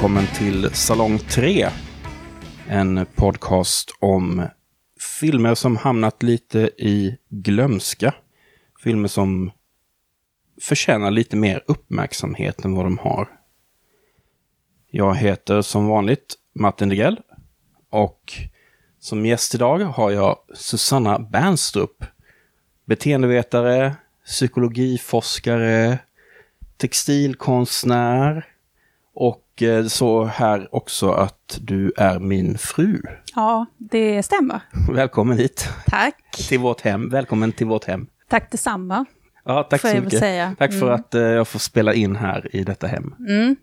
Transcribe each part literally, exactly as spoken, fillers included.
välkommen till Salong tre. En podcast om filmer som hamnat lite i glömska. Filmer som förtjänar lite mer uppmärksamhet än vad de har. Jag heter som vanligt Martin Degrell. Och som gäst idag har jag Susanna Bernstrup. Beteendevetare, psykologiforskare, textilkonstnär och så här också att du är min fru. Ja, det stämmer. Välkommen hit. Tack. Till vårt hem. Välkommen till vårt hem. Tack detsamma. Ja, tack så mycket. Säga. Tack för mm. att uh, jag får spela in här i detta hem. Mm.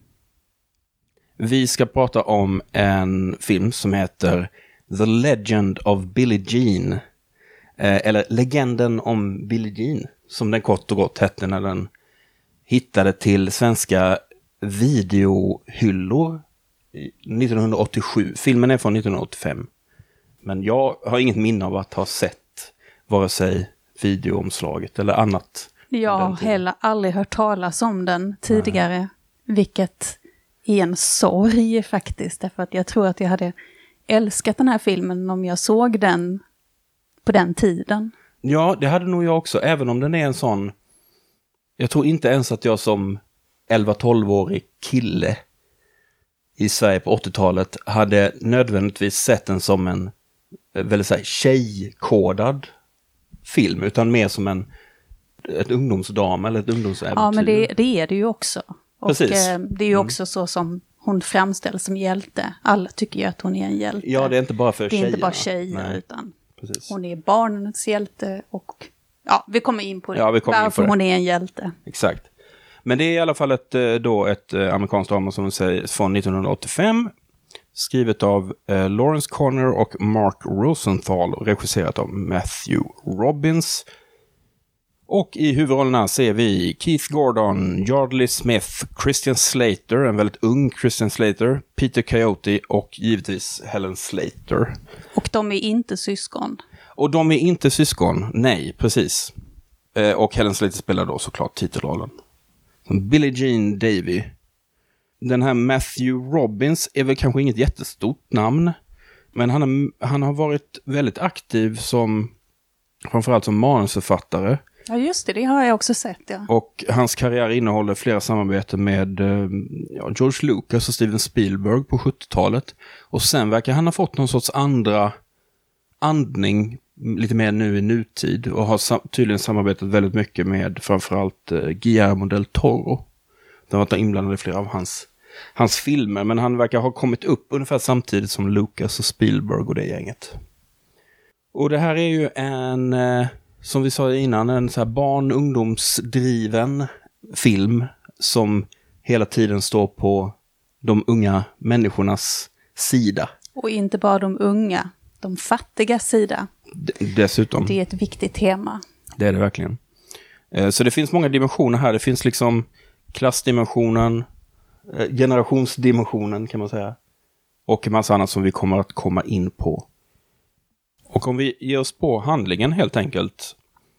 Vi ska prata om en film som heter The Legend of Billie Jean. Eh, eller Legenden om Billie Jean, som den kort och gott hette när den hittade till svenska videohyllor nittonhundraåttiosju. Filmen är från nittonhundraåttiofem. Men jag har inget minne av att ha sett vare sig videoomslaget eller annat. Jag har heller aldrig hört talas om den tidigare. Nej. Vilket är en sorg faktiskt. Därför att jag tror att jag hade älskat den här filmen om jag såg den på den tiden. Ja, det hade nog jag också. Även om den är en sån... Jag tror inte ens att jag som elva-tolv-årig kille i Sverige på åttiotalet hade nödvändigtvis sett den som en väldigt så här tjejkodad film. Utan mer som en ett ungdomsdam eller ett ungdomsäventyr. Ja, men det, det är det ju också. Och precis. Eh, det är ju också mm. så som hon framställs som hjälte. Alla tycker ju att hon är en hjälte. Ja, det är inte bara för tjejerna. Det är inte bara tjejer, Nej. utan precis. Hon är barnens hjälte och ja, vi kommer in på det. Ja, vi kommer Varför in på det. Hon är en hjälte. Exakt. Men det är i alla fall ett, då ett amerikanskt drama som säger från nittonhundraåttiofem. Skrivet av eh, Lawrence Conner och Mark Rosenthal. Och regisserat av Matthew Robbins. Och i huvudrollerna ser vi Keith Gordon, Yardley Smith, Christian Slater, en väldigt ung Christian Slater, Peter Coyote och givetvis Helen Slater. Och de är inte syskon. Och de är inte syskon, nej, precis. Eh, och Helen Slater spelar då såklart titelrollen. Som Billie Jean Davy. Den här Matthew Robbins är väl kanske inget jättestort namn. Men han, är, han har varit väldigt aktiv som, framförallt som manusförfattare. Ja, just det, det har jag också sett, ja. Och hans karriär innehåller flera samarbeten med ja, George Lucas och Steven Spielberg på sjuttiotalet. Och sen verkar han ha fått någon sorts andra andning lite mer nu i nutid. Och har sam- tydligen samarbetat väldigt mycket med framförallt eh, Guillermo del Toro. De har varit inblandade i flera av hans, hans filmer. Men han verkar ha kommit upp ungefär samtidigt som Lucas och Spielberg och det gänget. Och det här är ju en... Eh, som vi sa innan, en så här barn-ungdomsdriven film som hela tiden står på de unga människornas sida. Och inte bara de unga, de fattiga sida. D- dessutom. Det är ett viktigt tema. Det är det verkligen. Eh, så det finns många dimensioner här. Det finns liksom klassdimensionen, eh, generationsdimensionen kan man säga. Och en massa annat som vi kommer att komma in på. Och om vi ger oss på handlingen helt enkelt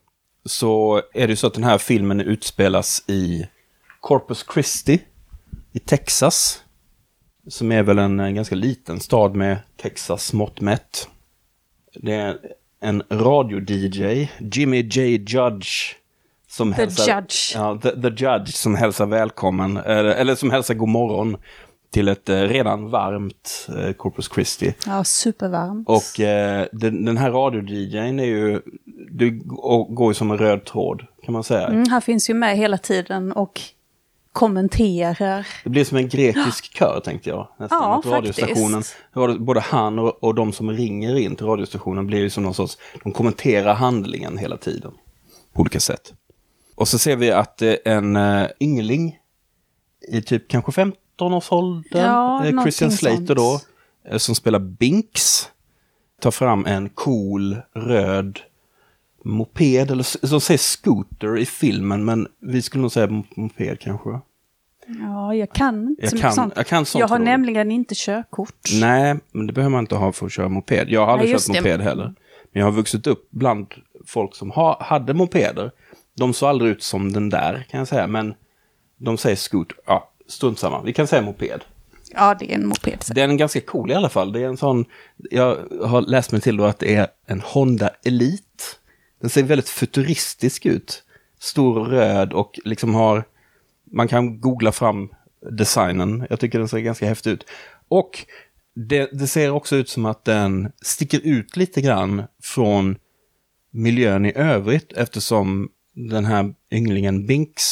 så är det så att den här filmen utspelas i Corpus Christi i Texas. Som är väl en, en ganska liten stad med Texas mått mätt. Det är en radio-D J, Jimmy J. Judge. Som the hälsar, Judge. Ja, the, the Judge som hälsar välkommen, eller, eller som hälsar god morgon till ett eh, redan varmt eh, Corpus Christi. Ja, supervarmt. Och eh, den, den här radio-D J:n är ju, det går ju som en röd tråd kan man säga. Mm, han finns ju med hela tiden och kommenterar. Det blir som en grekisk kör tänkte jag. Nästan. Ja, att radiostationen, faktiskt. Både han och, och de som ringer in till radiostationen blir ju som någon sorts, de kommenterar handlingen hela tiden. På olika sätt. Och så ser vi att eh, en uh, yngling i typ kanske femton-årsåldern, ja, eh, Christian Slater sånt. då, eh, som spelar Binks, tar fram en cool röd moped, eller så säger scooter i filmen, men vi skulle nog säga moped kanske. Ja, jag kan inte jag så kan, mycket sånt. Jag, kan sånt jag har då. nämligen inte körkort. Nej, men det behöver man inte ha för att köra moped. Jag har aldrig Nej, kört moped det. heller. Men jag har vuxit upp bland folk som ha, hade mopeder. De såg aldrig ut som den där, kan jag säga. Men de säger scooter. Ja, strunt samma. Vi kan säga moped. Ja, det är en moped. Den är ganska cool i alla fall. Det är en sån, jag har läst mig till då att det är en Honda Elite. Den ser väldigt futuristisk ut. Stor och röd och liksom har, man kan googla fram designen. Jag tycker den ser ganska häftig ut. Och det, det ser också ut som att den sticker ut lite grann från miljön i övrigt, eftersom den här ynglingen Binks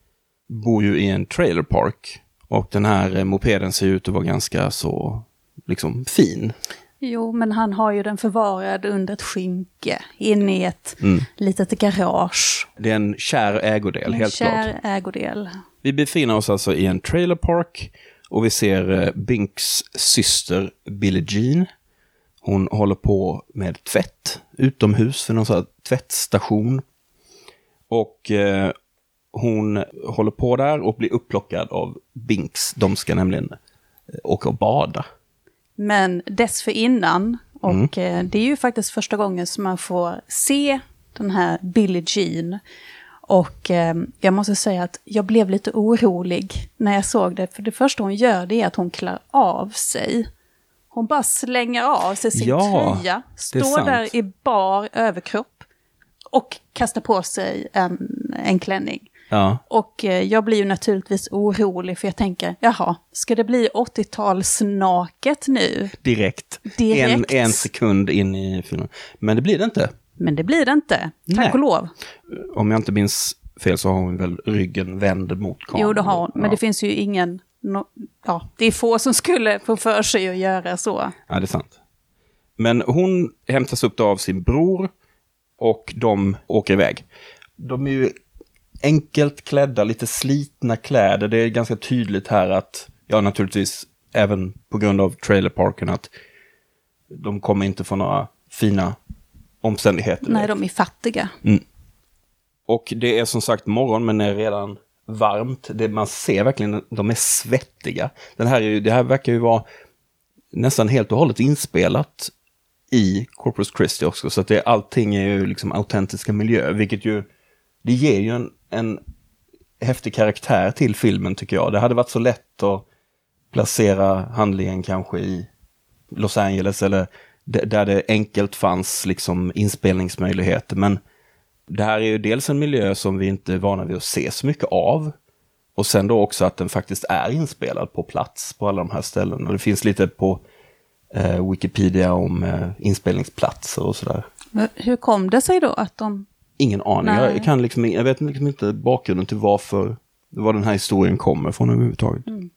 bor ju i en trailerpark och den här mopeden ser ut att vara ganska så liksom fin. Jo, men han har ju den förvarad under ett skynke inne i ett Mm. litet garage. Det är en kär ägodel, helt klart. Kär ägodel. Vi befinner oss alltså i en trailerpark och vi ser eh, Binks syster Billie Jean. Hon håller på med tvätt utomhus för någon sån här tvättstation. Och eh, hon håller på där och blir upplockad av Binks. De ska nämligen eh, åka och bada. Men dessförinnan, och Mm. eh, det är ju faktiskt första gången som man får se den här Billie Jean. Och eh, jag måste säga att jag blev lite orolig när jag såg det. För det första hon gör det är att hon klär av sig. Hon bara slänger av sig sin Ja, tröja, det är står sant. där i bar överkropp och kastar på sig en, en klänning. Ja, Och eh, jag blir ju naturligtvis orolig för jag tänker, jaha, ska det bli åttiotalsnaket nu? direkt. Direkt. En, en sekund in i filmen. Men det blir det inte. Men det blir det inte, tack Nej. och lov. Om jag inte minns fel så har hon väl ryggen vänd mot kameran. Jo, det har hon, men Ja. det finns ju ingen, no, ja, det är få som skulle få för sig att göra så. Ja, det är sant. Men hon hämtas upp då av sin bror och de åker iväg. De är ju enkelt klädda, lite slitna kläder. Det är ganska tydligt här att, ja naturligtvis även på grund av trailerparken, att de kommer inte från några fina omständigheter. Nej, de är fattiga. Mm. Och det är som sagt morgon, men det är redan varmt. Det, man ser verkligen, de är svettiga. Den här, är ju, det här verkar ju vara nästan helt och hållet inspelat i Corpus Christi också. Så att det, allting är ju liksom autentiska miljöer, vilket ju, det ger ju en, en häftig karaktär till filmen tycker jag. Det hade varit så lätt att placera handlingen kanske i Los Angeles eller d- där det enkelt fanns liksom inspelningsmöjligheter. Men det här är ju dels en miljö som vi inte är vana vid att se så mycket av. Och sen då också att den faktiskt är inspelad på plats på alla de här ställena. Det finns lite på eh, Wikipedia om eh, inspelningsplatser och sådär. Men hur kom det sig då att de... Ingen aning. Nej. Jag, kan liksom, jag vet liksom inte bakgrunden till varför, var den här historien kommer från överhuvudtaget. Mm.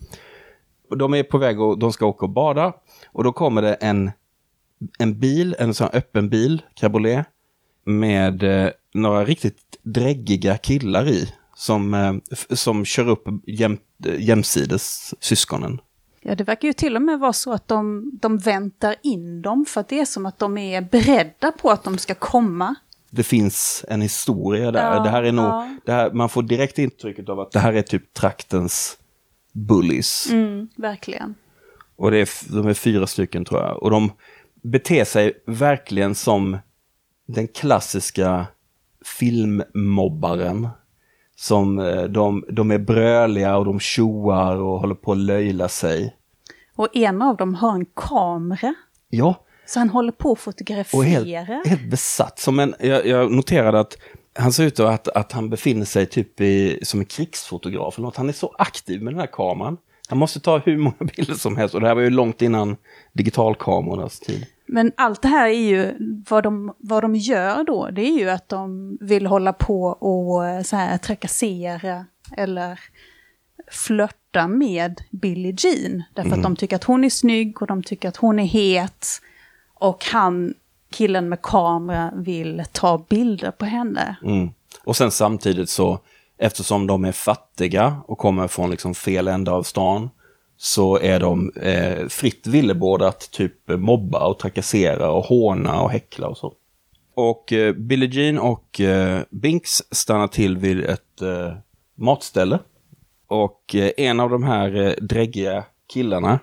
De är på väg och de ska åka och bada. Och då kommer det en, en bil, en sån här öppen bil, cabriolet, med eh, några riktigt dräggiga killar i. Som, eh, f- som kör upp jäm, jämsides syskonen. Ja, det verkar ju till och med vara så att de, de väntar in dem för att det är som att de är beredda på att de ska komma. Det finns en historia där. Ja, det här är nog, ja. det här, man får direkt intrycket av att det här är typ traktens bullies. Mm, verkligen. Och det är, f- de är fyra stycken tror jag. Och de beter sig verkligen som den klassiska filmmobbaren. Som eh, de, de är bröliga och de tjoar och håller på att löjla sig. Och en av dem har en kamera. Ja, Så han håller på att och fotografera. helt, helt besatt. Som en, jag, jag noterade att han ser ut att, att han befinner sig typ i, som en krigsfotograf eller något. Han är så aktiv med den här kameran. Han måste ta hur många bilder som helst. Och det här var ju långt innan digitalkamerornas tid. Men allt det här är ju, vad de, vad de gör då, det är ju att de vill hålla på och så här trakassera eller flörta med Billie Jean. Därför Mm. att de tycker att hon är snygg och de tycker att hon är het. Och han, killen med kamera, vill ta bilder på henne. Mm. Och sen samtidigt så, eftersom de är fattiga och kommer från liksom fel ända av stan, så är de eh, fritt villebråd att typ mobba och trakassera och håna och häckla och så. Och eh, Billie Jean och eh, Binks stannar till vid ett eh, matställe. Och eh, en av de här eh, dräggiga killarna,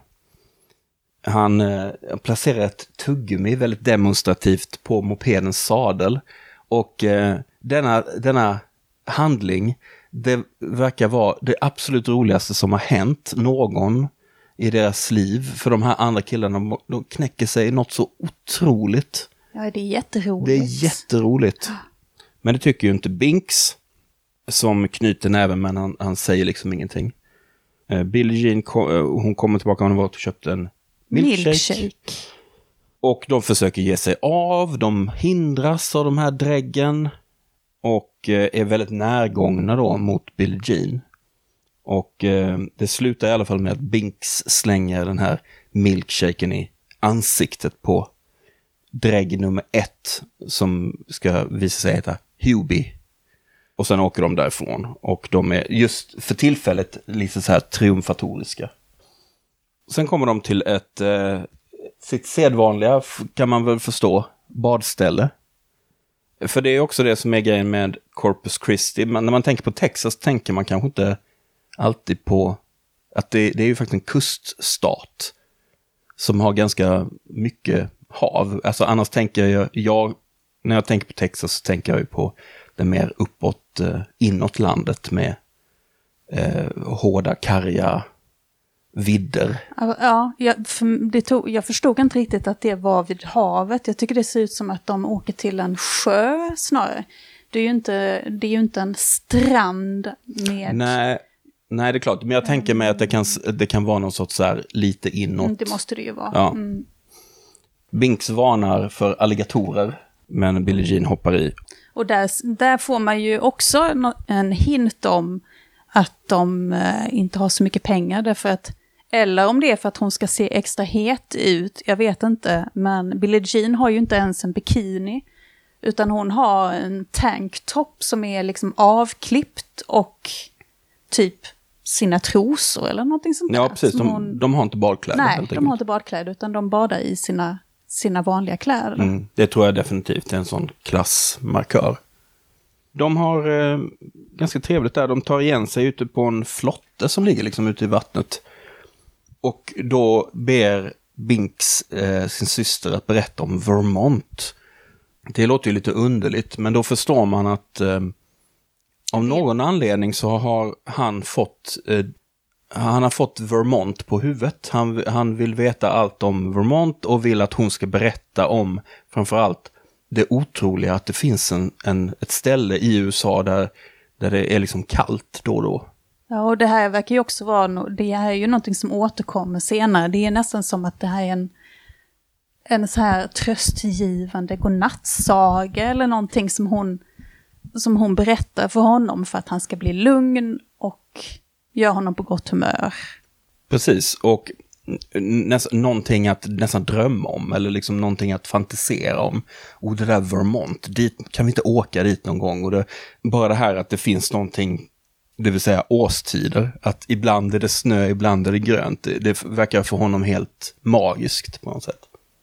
han eh, placerar ett tuggummi väldigt demonstrativt på mopedens sadel. Och eh, denna, denna handling, det verkar vara det absolut roligaste som har hänt någon i deras liv. För de här andra killarna, de knäcker sig något så otroligt. Ja, det är jätteroligt. Det är jätteroligt. Men det tycker ju inte Binks, som knyter näven, men han, han säger liksom ingenting. Uh, Billie Jean, kom, uh, hon kommer tillbaka, hon har varit och köpt en milkshake. milkshake. Och de försöker ge sig av, de hindras av de här dräggen. Och uh, är väldigt närgångna då mot Billie Jean. Och uh, det slutar i alla fall med att Binks slänger den här milkshaken i ansiktet på drägg nummer ett, som ska visa sig heta Hubie. Och sen åker de därifrån. Och de är just för tillfället lite så här triumfatoriska. Sen kommer de till ett eh, sitt sedvanliga, kan man väl förstå, badställe. För det är också det som är grejen med Corpus Christi. Men när man tänker på Texas tänker man kanske inte alltid på att det, det är ju faktiskt en kuststat som har ganska mycket hav. Alltså annars tänker jag, jag när jag tänker på Texas så tänker jag ju på det mer uppåt, eh, inåt landet med eh, hårda, karga vidder. Ja, jag, för det tog, jag förstod inte riktigt att det var vid havet. Jag tycker det ser ut som att de åker till en sjö snarare. Det är ju inte, det är ju inte en strand med... Nej, nej, det är klart. Men jag tänker mig att det kan, det kan vara någon sorts så här lite inåt. Det måste det ju vara. Ja. Mm. Binks varnar för alligatorer, men Billie Jean hoppar i. Och där, där får man ju också en hint om att de eh, inte har så mycket pengar. Därför att, eller om det är för att hon ska se extra het ut, jag vet inte. Men Billie Jean har ju inte ens en bikini. Utan hon har en tanktop som är liksom avklippt och typ sina trosor eller någonting sånt där. Ja, precis. De, hon... de har inte badkläder. Nej, de har inte badkläder utan de badar i sina, sina vanliga kläder. Mm, det tror jag definitivt är en sån klassmarkör. De har eh, ganska trevligt där. De tar igen sig ute på en flotte som ligger liksom ute i vattnet. Och då ber Binks eh, sin syster att berätta om Vermont. Det låter ju lite underligt, men då förstår man att eh, av någon anledning så har han fått eh, han har fått Vermont på huvudet. Han, han vill veta allt om Vermont och vill att hon ska berätta om framförallt det otroliga att det finns en, en, ett ställe i U S A där, där det är liksom kallt då och då. Ja, och det här verkar ju också vara, det här är ju någonting som återkommer senare. Det är nästan som att det här är en, en så här tröstgivande godnattsaga eller någonting som hon, som hon berättar för honom för att han ska bli lugn och gör honom på gott humör. Precis, och näst, någonting att nästan drömma om eller liksom någonting att fantisera om. Och det där Vermont, dit, kan vi inte åka dit någon gång? Och det, bara det här att det finns någonting, det vill säga årstider, att ibland är det snö, ibland är det grönt. Det, det verkar för honom helt magiskt på något sätt.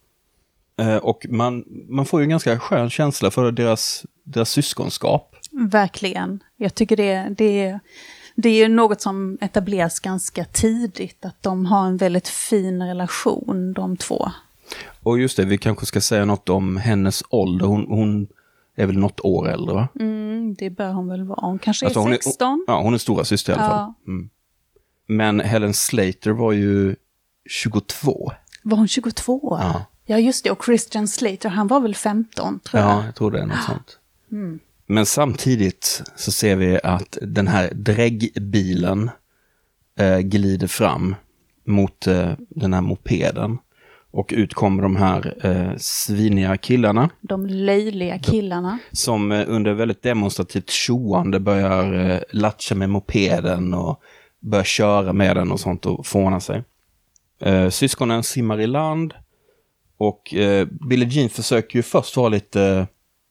Eh, och man, man får ju en ganska skön känsla för deras, deras syskonskap. Verkligen. Jag tycker det, det, det är ju något som etableras ganska tidigt, att de har en väldigt fin relation, de två. Och just det, vi kanske ska säga något om hennes ålder. Hon, hon är väl något år äldre, va? Mm, det bör hon väl vara. Hon kanske alltså är hon sexton. Är, ja, hon är stora syster i alla fall. Ja. Mm. Men Helen Slater var ju tjugotvå. Var hon tjugotvå? Ja. Ja, just det. Och Christian Slater, han var väl femton, tror jag. Ja, jag tror det är något sånt. Mm. Men samtidigt så ser vi att den här dräggbilen eh, glider fram mot eh, den här mopeden. Och ut kommer de här eh, sviniga killarna. De löjliga killarna. Som eh, under väldigt demonstrativt tjoande börjar eh, latcha med mopeden och börjar köra med den och sånt och fåna sig. Eh, syskonen simmar i land. Och eh, Billie Jean försöker ju först vara lite, eh,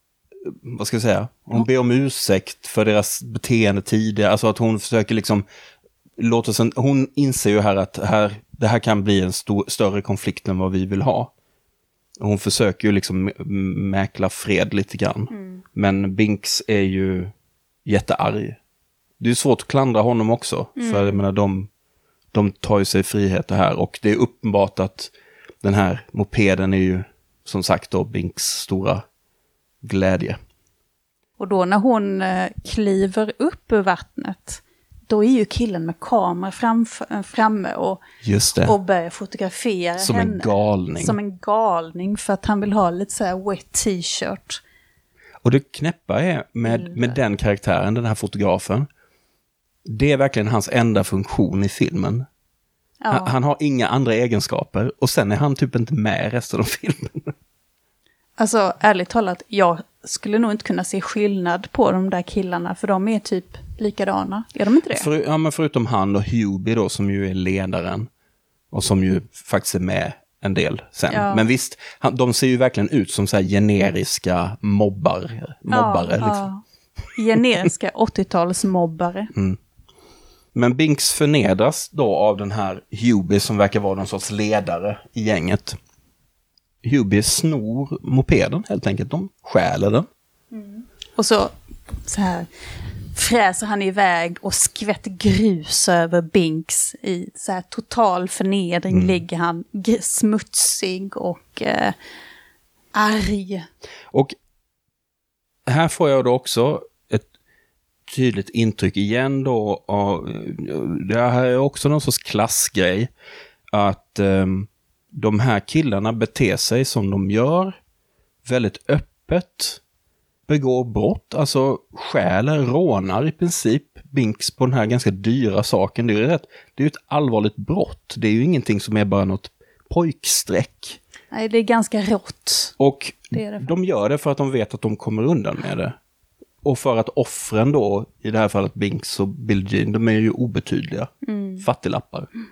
vad ska jag säga, hon ja. ber om ursäkt för deras beteende tidigare. Alltså att hon försöker liksom, låta sen, hon inser ju här att här, det här kan bli en stor, större konflikt än vad vi vill ha. Och hon försöker ju liksom mäkla fred lite grann. Mm. Men Binks är ju jättearg. Det är svårt att klandra honom också. Mm. För jag menar, de, de tar ju sig frihet det här. Och det är uppenbart att den här mopeden är ju som sagt då Binks stora glädje. Och då när hon eh, kliver upp ur vattnet, då är ju killen med kamera framf- framme och, Just det. och börjar fotografera Som henne. en galning. Som en galning för att han vill ha lite så här wet t-shirt. Och det knäppa är med, med den karaktären, den här fotografen. Det är verkligen hans enda funktion i filmen. Ja. Han, han har inga andra egenskaper. Och sen är han typ inte med i resten av filmen. Alltså ärligt talat, jag skulle nog inte kunna se skillnad på de där killarna. För de är typ likadana. Är de inte det? För, ja, men förutom han och Hubie då, som ju är ledaren. Och som ju faktiskt är med en del sen. Ja. Men visst, han, de ser ju verkligen ut som så här generiska mobbar, mobbare. Ja, liksom. ja. Generiska åttiotalsmobbare. Mm. Men Binks förnedras då av den här Hubie som verkar vara någon sorts ledare i gänget. Hubie snor mopeden helt enkelt. De stjäler den. Mm. Och så, så här fräser han iväg och skvätter grus över Binks. I så här total förnedring mm. ligger han g- smutsig och eh, arg. Och här får jag då också ett tydligt intryck igen då. Av, det här är också någon sorts klassgrej. Att um, de här killarna beter sig som de gör. Väldigt öppet. Begår brott. Alltså stjäler, rånar i princip. Binks på den här ganska dyra saken. Det är ju rätt, det är ju ett allvarligt brott. Det är ju ingenting som är bara något pojksträck. Nej, det är ganska rått. Och det är det. De gör det för att de vet att de kommer undan med det. Och för att offren då, i det här fallet Binks och Billie Jean, de är ju obetydliga. Mm. Fattiglappar. Mm.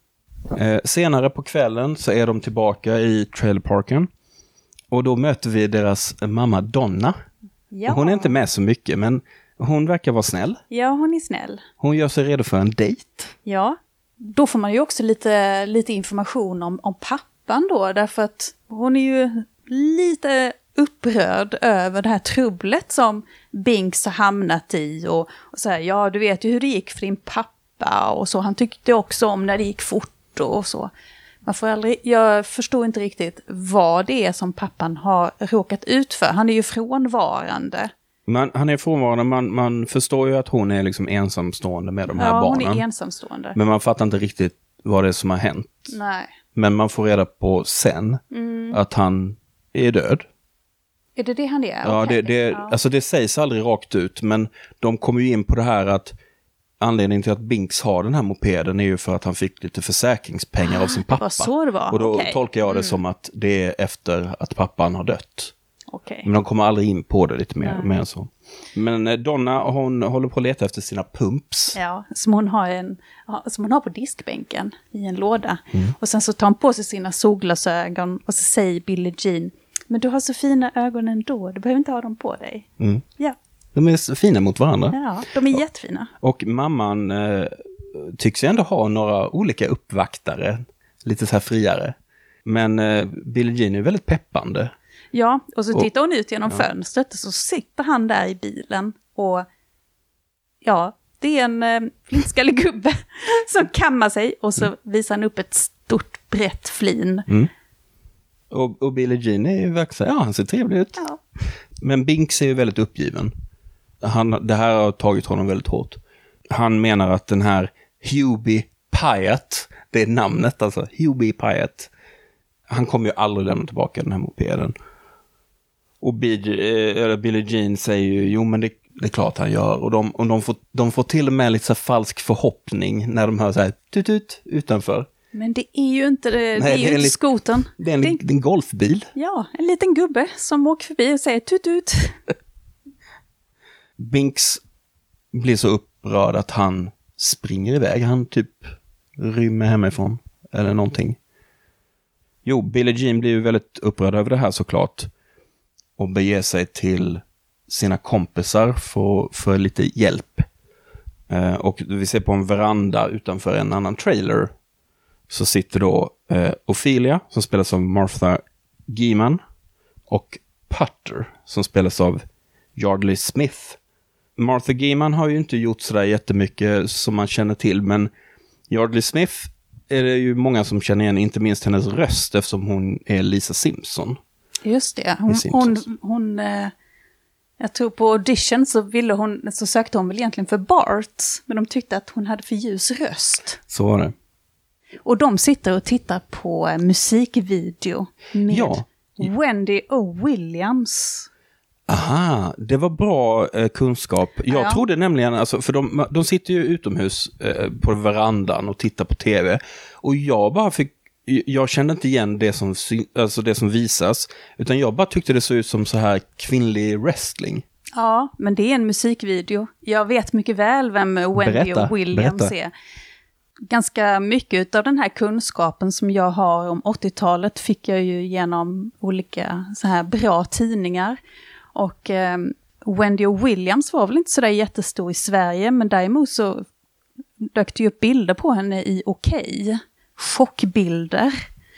Eh, senare på kvällen så är de tillbaka i trailerparken. Och då möter vi deras mamma Donna. Ja. Hon är inte med så mycket, men hon verkar vara snäll. Ja, hon är snäll. Hon gör sig redo för en dejt. Ja, då får man ju också lite, lite information om, om pappan då. Därför att hon är ju lite upprörd över det här trubblet som Binks har hamnat i. Och, och så här, ja du vet ju hur det gick för din pappa och så. Han tyckte också om när det gick fort och så. Man får aldrig, jag förstår inte riktigt vad det är som pappan har råkat ut för. Han är ju frånvarande. Man, han är frånvarande, man, man förstår ju att hon är liksom ensamstående med de här ja, barnen. Ja, hon är ensamstående. Men man fattar inte riktigt vad det är som har hänt. Nej. Men man får reda på sen mm. att han är död. Är det det han är? Ja, okay. det, det, ja. Alltså det sägs aldrig rakt ut, men de kommer ju in på det här att anledningen till att Binks har den här mopeden är ju för att han fick lite försäkringspengar ah, av sin pappa. Det var så det var. Och då okay. tolkar jag det mm. som att det är efter att pappan har dött. Okay. Men de kommer aldrig in på det lite mer, mm. mer än så. Men Donna, hon håller på att leta efter sina pumps. Ja, som hon har, en, som hon har på diskbänken i en låda. Mm. Och sen så tar hon på sig sina solglasögon och så säger Billie Jean, men du har så fina ögon ändå, du behöver inte ha dem på dig. Mm. Ja. De är fina mot varandra. Ja, de är jättefina. Och mamman eh, tycks ju ändå ha några olika uppvaktare. Lite så här friare. Men eh, Billie Jean är väldigt peppande. Ja, och så och, tittar hon ut genom ja. fönstret och så sitter han där i bilen. Och ja, det är en eh, flintskallig gubbe som kammar sig. Och så mm. visar han upp ett stort brett flin. Mm. Och, och Billie Jean är ju verkligen, ja han ser trevlig ut. Ja. Men Binks är ju väldigt uppgiven. Han, det här har tagit honom väldigt hårt. Han menar att den här Hubie Pyatt, det är namnet alltså, Hubie Pyatt, han kommer ju aldrig lämna tillbaka den här mopeden. Och Billie, Billie Jean säger ju, jo men det, det är klart han gör. Och de, och de, får, de får till och med lite så falsk förhoppning när de hör så här tut ut utanför. Men det är ju inte det, Nej, det är ju det är inte li- skotern. Det är en, det är en golfbil. Ja, en liten gubbe som åker förbi och säger tut ut. Binks blir så upprörd att han springer iväg. Han typ rymmer hemifrån. Eller någonting. Jo, Billie Jean blir ju väldigt upprörd över det här såklart. Och beger sig till sina kompisar för, för lite hjälp. Eh, och vi ser på en veranda utanför en annan trailer. Så sitter då eh, Ophelia som spelas av Martha Geeman. Och Putter som spelas av Yardley Smith. Martha Geeman har ju inte gjort sådär jättemycket som man känner till. Men Yardley Smith är det ju många som känner igen, inte minst hennes röst eftersom hon är Lisa Simpson. Just det, hon, hon, hon eh, Jag tror på audition så, ville hon, så sökte hon väl egentligen för Bart. Men de tyckte att hon hade för ljus röst. Så var det. Och de sitter och tittar på musikvideo med Ja. Wendy O. Williams. Aha, det var bra eh, kunskap. Jag Ja. trodde nämligen, alltså, för de, de sitter ju utomhus eh, på verandan och tittar på tv. Och jag bara fick, jag kände inte igen det som, alltså det som visas. Utan jag bara tyckte det såg ut som så här kvinnlig wrestling. Ja, men det är en musikvideo. Jag vet mycket väl vem Wendy Berätta, O. Williams berätta. är. Ganska mycket av den här kunskapen som jag har om åttiotalet fick jag ju genom olika så här bra tidningar. Och eh, Wendy O. Williams var väl inte så där jättestor i Sverige, men däremot så dök det ju upp bilder på henne i Okej. Chockbilder.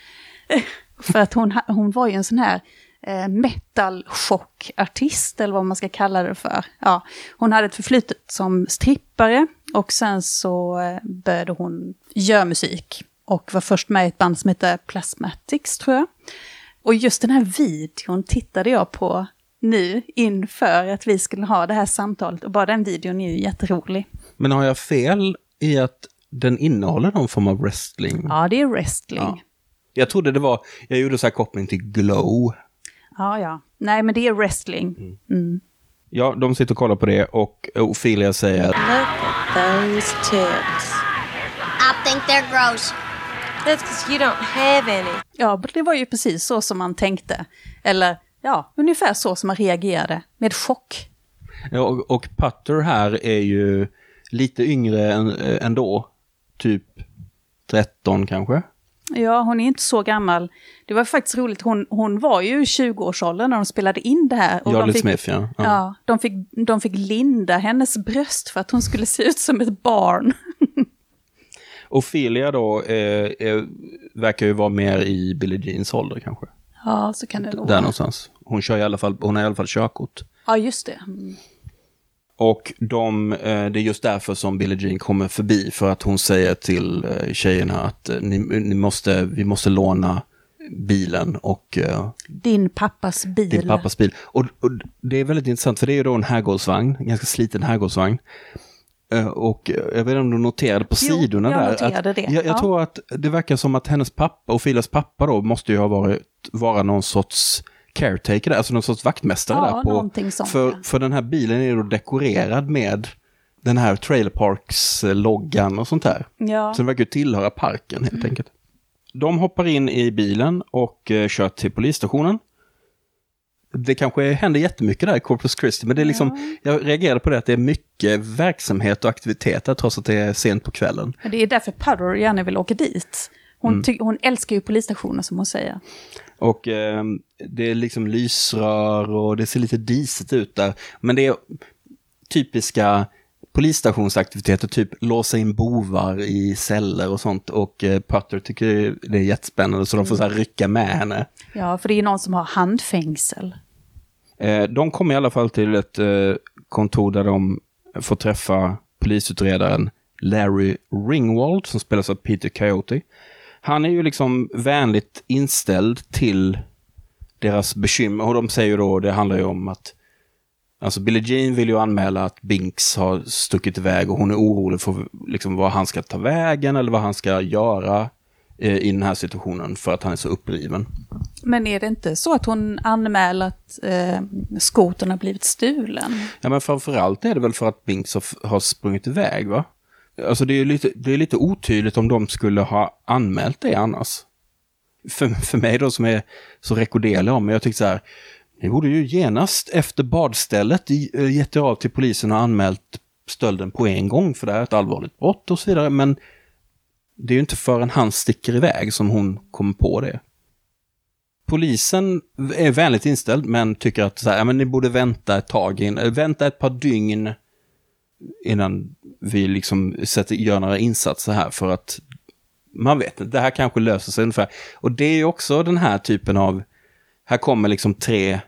För att hon, hon var ju en sån här eh, metal-chockartist, eller vad man ska kalla det för. Ja, hon hade ett förflutet som strippare och sen så eh, började hon göra musik. Och var först med i ett band som heter Plasmatics, tror jag. Och just den här videon tittade jag på nu inför att vi skulle ha det här samtalet. Och bara den videon är ju jätterolig. Men har jag fel i att den innehåller någon form av wrestling? Ja, det är wrestling. Ja. Jag trodde det var, jag gjorde så här koppling till Glow. Ja, ja. Nej, men det är wrestling. Mm. Mm. Ja, de sitter och kollar på det och Ophelia säger Look at those tits. I think they're gross. That's because you don't have any. Ja, det var ju precis så som man tänkte. Eller, ja, ungefär så som man reagerade. Med chock. ja, och, och Putter här är ju lite yngre än, ändå. Typ tretton kanske. Ja, hon är inte så gammal. Det var faktiskt roligt. Hon, hon var ju i tjugoårsåldern när de spelade in det här. Och Ja, de lite fick, Smith, ja. Ja. ja de, fick, de fick linda hennes bröst för att hon skulle se ut som ett barn. Ophelia då eh, eh, verkar ju vara mer i Billie Jeans ålder kanske. Ja, så kan det nog Där vara. någonstans. Hon kör i alla fall, hon har i alla fall körkort. Ja, just det. Mm. Och de, eh, det är just därför som Billie Jean kommer förbi. För att hon säger till eh, tjejerna att eh, ni, ni måste, vi måste låna bilen och eh, Din pappas bil. din pappas bil. Och, och det är väldigt intressant för det är ju då en herrgårdsvagn, en ganska sliten herrgårdsvagn. Eh, och jag vet inte om du noterade på Jo, sidorna jag där. noterade att, det. Jag, jag Ja. tror att det verkar som att hennes pappa, och Philias pappa då, måste ju ha varit vara någon sorts caretaker där, alltså någon sorts vaktmästare Ja, där. På, någonting sånt, för, ja. för den här bilen är då dekorerad med den här Trailer Parks-loggan och sånt där. Ja. Så den verkar ju tillhöra parken helt enkelt. De hoppar in i bilen och eh, kör till polisstationen. Det kanske händer jättemycket där i Corpus Christi, men det är liksom, jag reagerade på det att det är mycket verksamhet och aktiviteter trots att det är sent på kvällen. Det är därför Putter gärna vill åka dit. Hon, Mm. ty- hon älskar ju polisstationer, som hon säger. Och eh, det är liksom lysrör och det ser lite disigt ut där. Men det är typiska polisstationsaktiviteter, typ låsa in bovar i celler och sånt. Och eh, Putter tycker det är jättespännande så de får så här rycka med henne. Ja, för det är någon som har handfängsel. Eh, de kommer i alla fall till ett eh, kontor där de får träffa polisutredaren Larry Ringwald som spelas av Peter Coyote. Han är ju liksom vänligt inställd till deras bekymmer. Och de säger ju då, det handlar ju om att alltså Billie Jean vill ju anmäla att Binks har stuckit iväg och hon är orolig för liksom vad han ska ta vägen eller vad han ska göra eh, i den här situationen för att han är så uppriven. Men är det inte så att hon anmäler att eh, skotern har blivit stulen? Ja, men framförallt är det väl för att Binks har, har sprungit iväg, va? Alltså det är lite, det är lite otydligt om de skulle ha anmält det annars. För, för mig då som är så rekorderlig om, men jag tyckte så här, ni borde ju genast efter badstället gett er av till polisen och anmält stölden på en gång för det här är ett allvarligt brott och så vidare, men det är ju inte förrän han sticker iväg som hon kommer på det. Polisen är vänligt inställd men tycker att så här, ja, men ni borde vänta ett tag in, vänta ett par dygn innan vi liksom sätter, gör några insatser här för att man vet inte, det här kanske löser sig ungefär. Och det är ju också den här typen av, här kommer liksom tre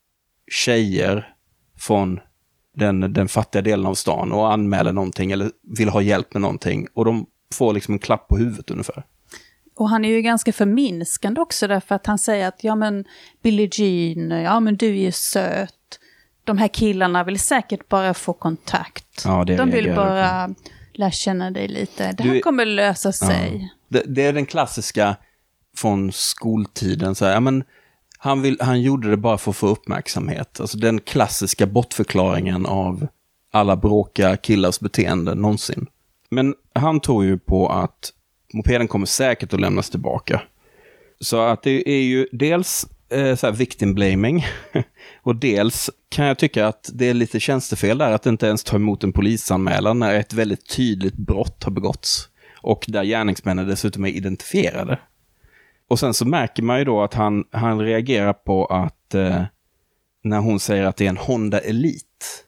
tjejer från den, den fattiga delen av stan och anmäler någonting eller vill ha hjälp med någonting och de får liksom en klapp på huvudet ungefär. Och han är ju ganska förminskande också därför att han säger att ja men Billie Jean, ja men du är söt. de här killarna vill säkert bara få kontakt. Ja, det de vill reagerar bara lära känna dig lite. Det här Du- kommer lösa sig. Ja. Det, det är den klassiska från skoltiden. Så här, ja, men han, vill, han gjorde det bara för att få uppmärksamhet. Alltså den klassiska bortförklaringen av alla bråkiga killars beteende någonsin. Men han tror ju på att mopeden kommer säkert att lämnas tillbaka. Så att det är ju dels eh, så här victim blaming och dels kan jag tycka att det är lite tjänstefel där att inte ens ta emot en polisanmälan när ett väldigt tydligt brott har begåtts och där gärningsmännen dessutom är identifierade. Och sen så märker man ju då att han, han reagerar på att eh, när hon säger att det är en Honda Elite,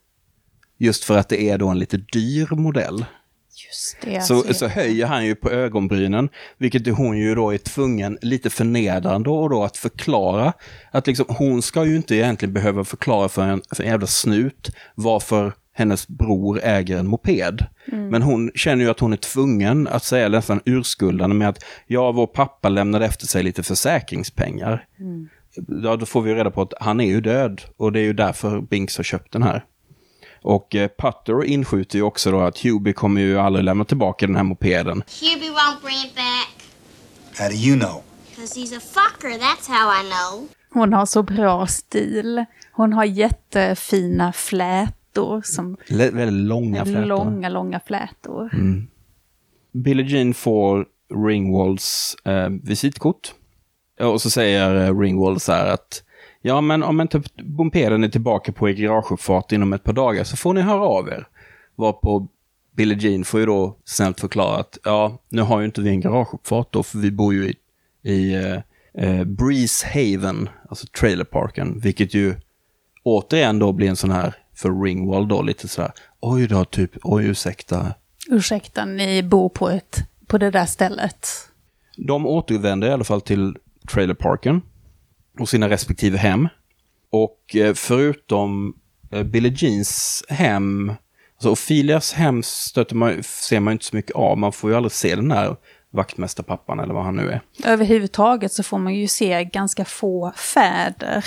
just för att det är då en lite dyr modell. Just det. Så, alltså, så höjer han ju på ögonbrynen, vilket hon ju då är tvungen lite förnedrande och då att förklara att liksom, hon ska ju inte egentligen behöva förklara för en, för en jävla snut varför hennes bror äger en moped. Mm. Men hon känner ju att hon är tvungen att säga nästan urskuldande med att ja, vår pappa lämnade efter sig lite försäkringspengar. Mm. Ja, då får vi reda på att han är ju död och det är ju därför Binks har köpt den här. Och eh, Putter inskjuter ju också då att Hubie kommer ju aldrig lämna tillbaka den här mopeden. Hubie won't bring it back. How do you know? Because he's a fucker, that's how I know. Hon har så bra stil. Hon har jättefina flätor. Som L- väldigt långa flätor. Långa, långa flätor. Mm. Billie Jean får Ringwalds eh, visitkort. Och så säger eh, Ringwald så här att ja, men om inte mopeden är tillbaka på er garageuppfart inom ett par dagar så får ni höra av er. Varpå Billie Jean får ju då snällt förklara att ja, nu har ju inte vi en garageuppfart då, för vi bor ju i, i eh, eh, Breeze Haven, alltså trailerparken, vilket ju återigen då blir en sån här för Ringwald då lite så här, oj då, typ, oj ursäkta. Ursäkta, ni bor på, ett, på det där stället. De återvänder i alla fall till trailerparken och sina respektive hem. Och förutom Billie Jeans hem, alltså Ophelias hem stöter man, ser man inte så mycket av. Man får ju aldrig se den här vaktmästarpappan eller vad han nu är. Överhuvudtaget så får man ju se ganska få fäder.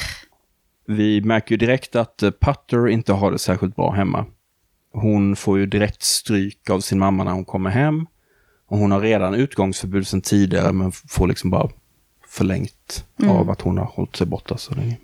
Vi märker ju direkt att Putter inte har det särskilt bra hemma. Hon får ju direkt stryk av sin mamma när hon kommer hem. Och hon har redan utgångsförbud sedan tidigare men får liksom bara förlängt mm. av att hon har hållit sig borta så länge.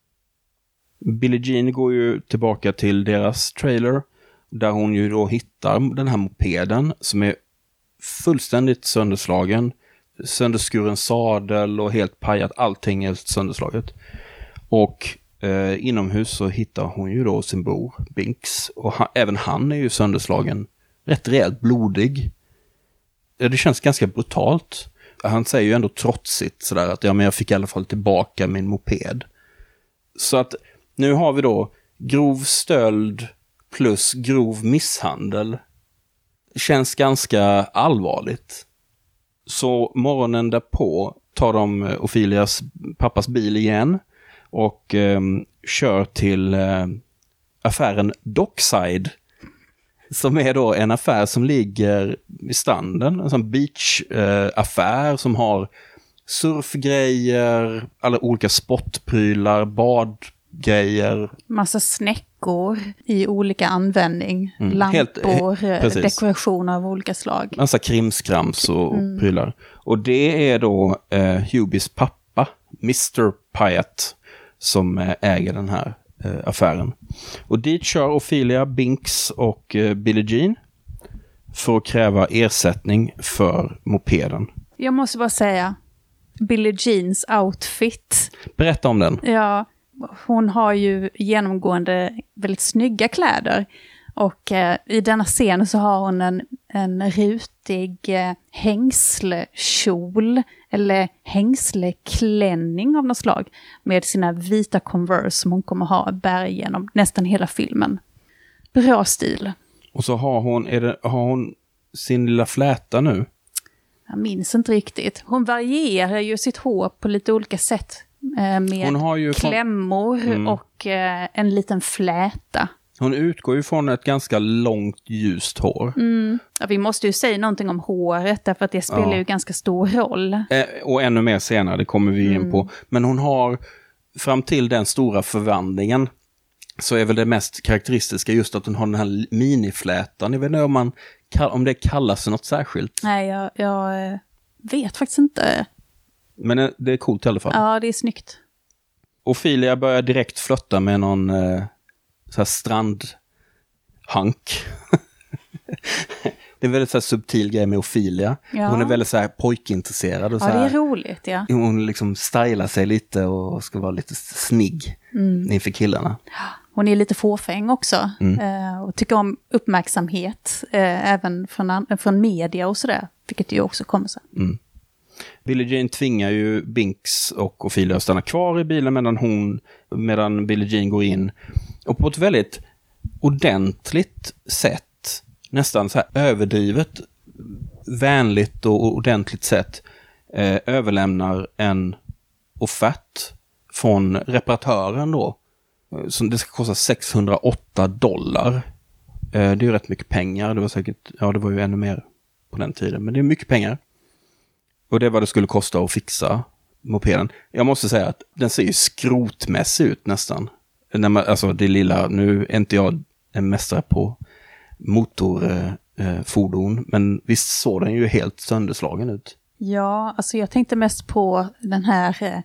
Billie Jean går ju tillbaka till deras trailer där hon ju då hittar den här mopeden som är fullständigt sönderslagen. Sönderskuren sadel och helt pajat. Allting är sönderslaget. Och eh, inomhus så hittar hon ju då sin bror Binks. Och han, även han är ju sönderslagen. Rätt rejält blodig. Det känns ganska brutalt. Han säger ju ändå trotsigt sådär att ja, men jag fick i alla fall tillbaka min moped. Så att nu har vi då grov stöld plus grov misshandel. Det känns ganska allvarligt. Så morgonen därpå tar de Ophelias pappas bil igen och eh, kör till eh, affären Dockside. Som är då en affär som ligger i stranden. En sån beach-affär eh, som har surfgrejer, alla olika sportprylar, badgrejer. Massa snäckor i olika användning. Mm. Lampor, helt, dekorationer av olika slag. Massa krimskrams och mm. prylar. Och det är då eh, Hubies pappa, mister Pyatt, som eh, äger den här eh, affären. Och dit kör Ophelia, Binks och eh, Billie Jean för att kräva ersättning för mopeden. Jag måste bara säga, Billie Jeans outfit. Berätta om den. Ja, hon har ju genomgående väldigt snygga kläder. Och eh, i denna scen så har hon en, en rutig eh, hängslekjol eller hängsleklänning av något slag med sina vita Converse som hon kommer ha bär genom nästan hela filmen. Bra stil. Och så har hon, är det, har hon sin lilla fläta nu? Jag minns inte riktigt. Hon varierar ju sitt hår på lite olika sätt. Eh, med hon har ju klämmor från... mm. och eh, en liten fläta. Hon utgår ju från ett ganska långt ljust hår. Mm. Ja, vi måste ju säga någonting om håret därför att det spelar ja. ju ganska stor roll. Eh, och ännu mer senare, det kommer vi in mm. på. Men hon har fram till den stora förvandlingen så är väl det mest karaktäristiska just att hon har den här miniflätan. Jag vet inte om, man, om det kallas något särskilt. Nej, jag, jag vet faktiskt inte. Men det är coolt i alla fall. Ja, det är snyggt. Ophelia börjar direkt flotta med någon eh, så här strandhank. Det är väldigt så här subtil grej med Ophelia. Ja. Hon är väldigt så här pojkintresserad. Och Ja, så här, det är roligt, ja. Hon liksom stylar sig lite och ska vara lite snygg mm. inför killarna. Hon är lite fåfäng också. Mm. Eh, och tycker om uppmärksamhet. Eh, även från, från media och sådär. Vilket ju också kommer sen. Mm. Billie Jean tvingar ju Binks och Ophelia att stanna kvar i bilen medan hon, medan Billie Jean går in. Och på ett väldigt ordentligt sätt, nästan så här överdrivet, vänligt och ordentligt sätt, eh, överlämnar en offert från reparatören då. Som det ska kosta sexhundraåtta dollar. Eh, det är ju rätt mycket pengar. Det var säkert, ja det var ju ännu mer på den tiden. Men det är mycket pengar. Och det är vad det skulle kosta att fixa mopeden. Jag måste säga att den ser ju skrotmässig ut nästan. När man, alltså det lilla, nu är inte jag en mästare på motorfordon. Eh, men visst såg den ju helt sönderslagen ut. Ja, alltså jag tänkte mest på den här eh,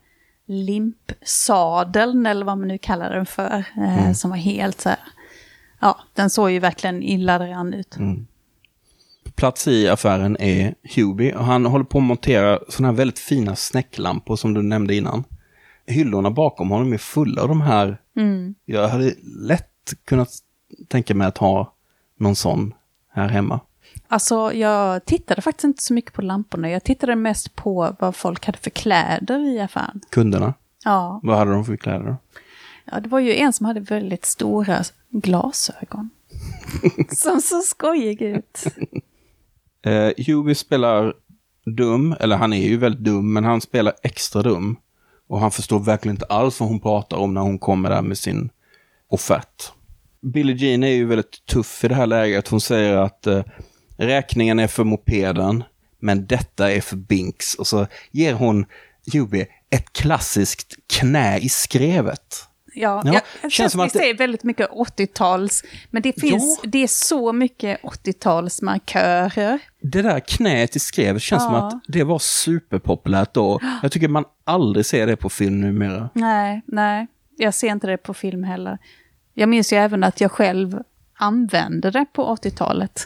limpsadeln eller vad man nu kallar den för. Eh, mm. Som var helt så här, ja, den såg ju verkligen illa däran ut. Mm. Plats i affären är Hubie och han håller på att montera såna här väldigt fina snäcklampor som du nämnde innan. Hyllorna bakom honom är fulla av de här. Mm. Jag hade lätt kunnat tänka mig att ha någon sån här hemma. Alltså jag tittade faktiskt inte så mycket på lamporna. Jag tittade mest på vad folk hade för kläder i affären. Kunderna? Ja. Vad hade de för kläder då? Ja, det var ju en som hade väldigt stora glasögon. Som så skojig ut. Uh, Hubie spelar dum, eller han är ju väldigt dum, men han spelar extra dum. Och han förstår verkligen inte alls vad hon pratar om när hon kommer där med sin offert. Billie Jean är ju väldigt tuff i det här läget. Hon säger att uh, räkningen är för mopeden, men detta är för Binks. Och så ger hon Hubie ett klassiskt knä i skrevet. Ja, ja, jag känns som att det är väldigt mycket åttio-tals, men det finns, ja. Det är så mycket åttio-talsmarkörer. Det där knät i skrevet känns ja. som att det var superpopulärt då. Jag tycker man aldrig ser det på film numera. Nej, nej, jag ser inte det på film heller. Jag minns ju även att jag själv använde det på åttio-talet.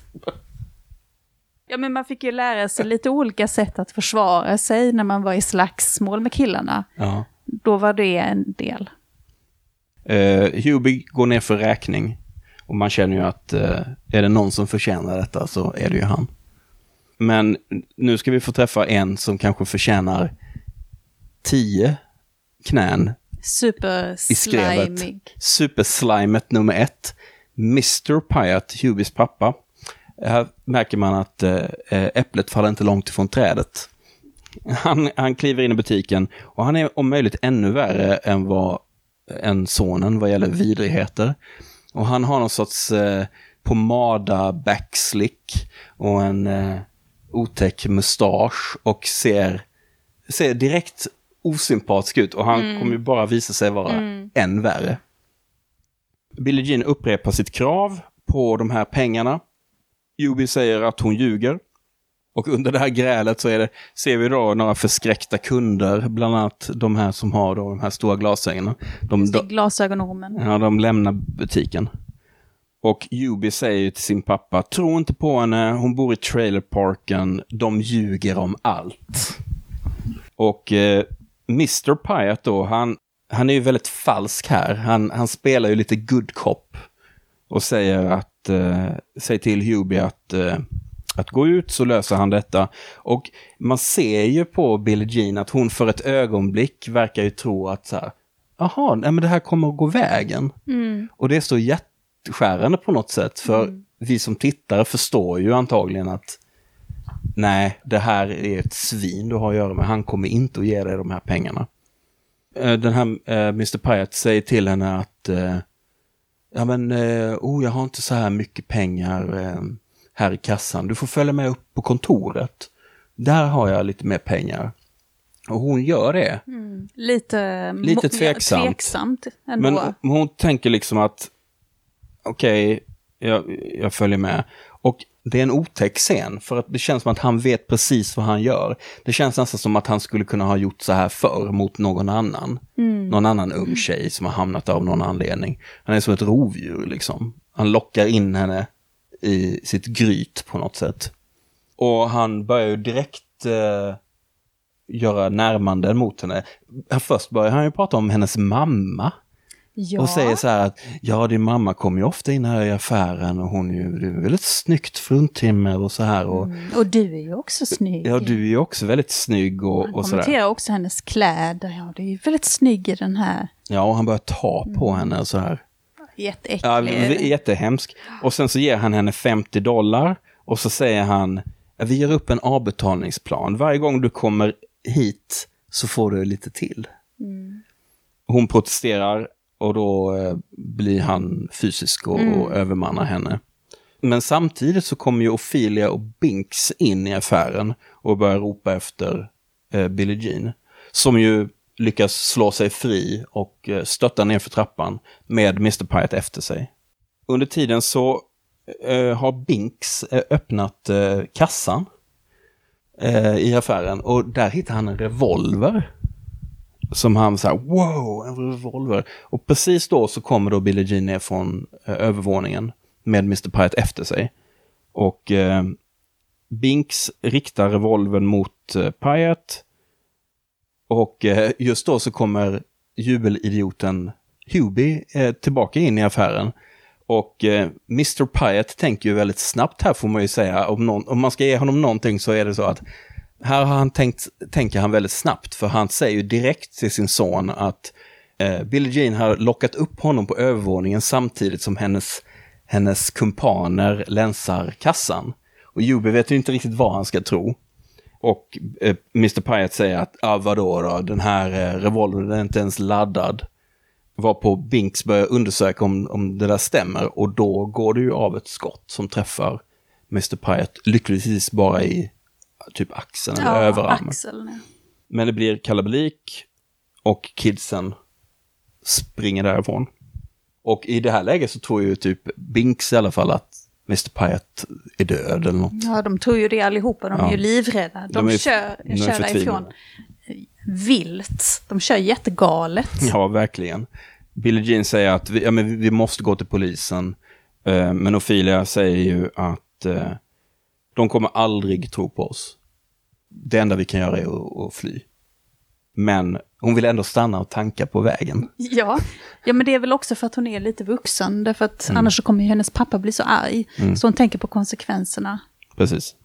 Ja, men man fick ju lära sig lite olika sätt att försvara sig när man var i slagsmål med killarna. Ja. Då var det en del. Uh, Hubie går ner för räkning och man känner ju att uh, är det någon som förtjänar detta så är det ju han. Men nu ska vi få träffa en som kanske förtjänar tio knän super i skrevet. Slimig. Superslimet nummer ett. mister Pyatt, Hubies pappa. Här märker man att uh, äpplet faller inte långt ifrån trädet. Han, han kliver in i butiken och han är om möjligt ännu värre än vad än sonen vad gäller vidrigheter. Och han har någon sorts eh, pomada backslick och en eh, otäck mustasch och ser, ser direkt osympatisk ut. Och han mm. kommer ju bara visa sig vara mm. än värre. Billie Jean upprepar sitt krav på de här pengarna. Hubie säger att hon ljuger. Och under det här grälet så är det, ser vi då några förskräckta kunder, bland annat de här som har då de här stora glasögonen. De, de, glasögonormen. Ja, de lämnar butiken. Och Hubie säger till sin pappa, tro inte på henne, hon bor i trailerparken, de ljuger om allt. Och eh, mister Pyatt då, han, han är ju väldigt falsk här. Han, han spelar ju lite good cop och säger att, eh, säger till Hubie att... Eh, Att gå ut så löser han detta. Och man ser ju på Billie Jean att hon för ett ögonblick verkar ju tro att så här, jaha, nej men det här kommer att gå vägen. Mm. Och det är så jätteskärande på något sätt. För mm. vi som tittare förstår ju antagligen att nej, det här är ett svin du har att göra med. Han kommer inte att ge dig de här pengarna. Den här mister Pyatt säger till henne att ja men, oh jag har inte så här mycket pengar här i kassan. Du får följa med upp på kontoret. Där har jag lite mer pengar. Och hon gör det. Mm. Lite, Lite tveksamt. tveksamt ändå. Men hon tänker liksom att okej, okay, jag, jag följer med. Och det är en otäck scen, för att det känns som att han vet precis vad han gör. Det känns nästan som att han skulle kunna ha gjort så här förr mot någon annan. Mm. Någon annan ung tjej som har hamnat av någon anledning. Han är som ett rovdjur liksom. Han lockar in henne i sitt gryt på något sätt. Och han börjar ju direkt eh, göra närmanden mot henne. Först börjar han ju prata om hennes mamma. Ja. Och säger så här att ja, din mamma kommer ju ofta in här i affären och hon är ju, det är väldigt snyggt fruntimmer och så här. Och, mm. och du är ju också snygg. Ja, du är ju också väldigt snygg och, han och så där. Han kommenterar också hennes kläder. Ja, det är ju väldigt snygg i den här. Ja, och han börjar ta på mm. henne och så här. Jätteäcklig. Ja, jättehemsk. Och sen så ger han henne femtio dollar och så säger han vi ger upp en avbetalningsplan. Varje gång du kommer hit så får du lite till. Mm. Hon protesterar. Och då eh, blir han fysisk och, mm. och övermannar henne. Men samtidigt så kommer ju Ophelia och Binks in i affären och börjar ropa efter eh, Billie Jean. Som ju lyckas slå sig fri och eh, stötta ner för trappan med mister Pyatt efter sig. Under tiden så eh, har Binks eh, öppnat eh, kassan eh, i affären och där hittar han en revolver. Som han så här, wow, en revolver. Och precis då så kommer då Billie Jean ner från eh, övervåningen med mister Pyatt efter sig. Och eh, Binks riktar revolvern mot eh, Pyatt. Och eh, just då så kommer jubelidioten Hubie eh, tillbaka in i affären. Och eh, mister Pyatt tänker ju väldigt snabbt här får man ju säga. Om, någon, om man ska ge honom någonting så är det så att här har han tänkt, tänker han väldigt snabbt, för han säger ju direkt till sin son att eh, Billie Jean har lockat upp honom på övervåningen samtidigt som hennes, hennes kumpaner länsar kassan. Och Hubie vet ju inte riktigt vad han ska tro. Och eh, mister Pyatt säger att, ah, vadå då, den här eh, revolvern är inte ens laddad. Varpå Binks börjar undersöka om, om det där stämmer, och då går det ju av ett skott som träffar mister Pyatt lyckligtvis bara i typ axeln eller ja, överarmen. Axeln, ja. Men det blir kalabalik och kidsen springer därifrån. Och i det här läget så tror ju typ Binks i alla fall att mister Pyatt är död eller något. Ja, de tror ju det allihopa. De ja. är ju livrädda. De, de är, kör, de kör därifrån vilt. De kör jättegalet. Ja, verkligen. Billie Jean säger att vi, ja, men vi måste gå till polisen. Uh, men Ophelia säger ju att uh, de kommer aldrig tro på oss. Det enda vi kan göra är att, att fly. Men hon vill ändå stanna och tanka på vägen. Ja. ja, men det är väl också för att hon är lite vuxen. Därför att mm. annars så kommer ju hennes pappa bli så arg. Mm. Så hon tänker på konsekvenserna. Precis.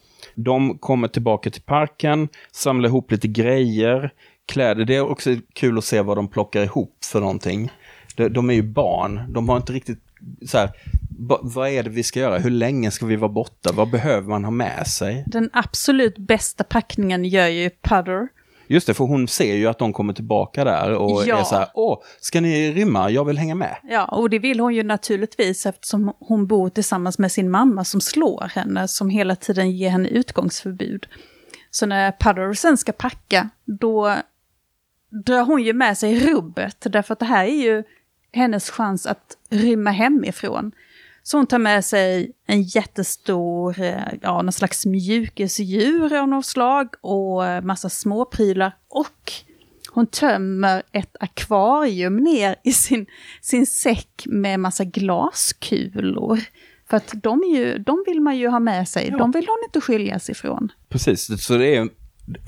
De kommer tillbaka till parken, samlar ihop lite grejer, kläder. Det är också kul att se vad de plockar ihop för någonting. De, de är ju barn. De har inte riktigt så här, b- vad är det vi ska göra? Hur länge ska vi vara borta? Vad behöver man ha med sig? Den absolut bästa packningen gör ju Putter. Just det, för hon ser ju att de kommer tillbaka där och ja. är så här, åh, ska ni rymma? Jag vill hänga med. Ja, och det vill hon ju naturligtvis eftersom hon bor tillsammans med sin mamma som slår henne, som hela tiden ger henne utgångsförbud. Så när Putter sen ska packa, då drar hon ju med sig rubbet, därför att det här är ju hennes chans att rymma hemifrån. Så hon tar med sig en jättestor, ja, någon slags mjukisdjur av något slag och massa småprylar. Och hon tömmer ett akvarium ner i sin, sin säck med massa glaskulor. För att de, är ju, de vill man ju ha med sig. Ja. De vill hon inte skiljas ifrån. Precis, så det är,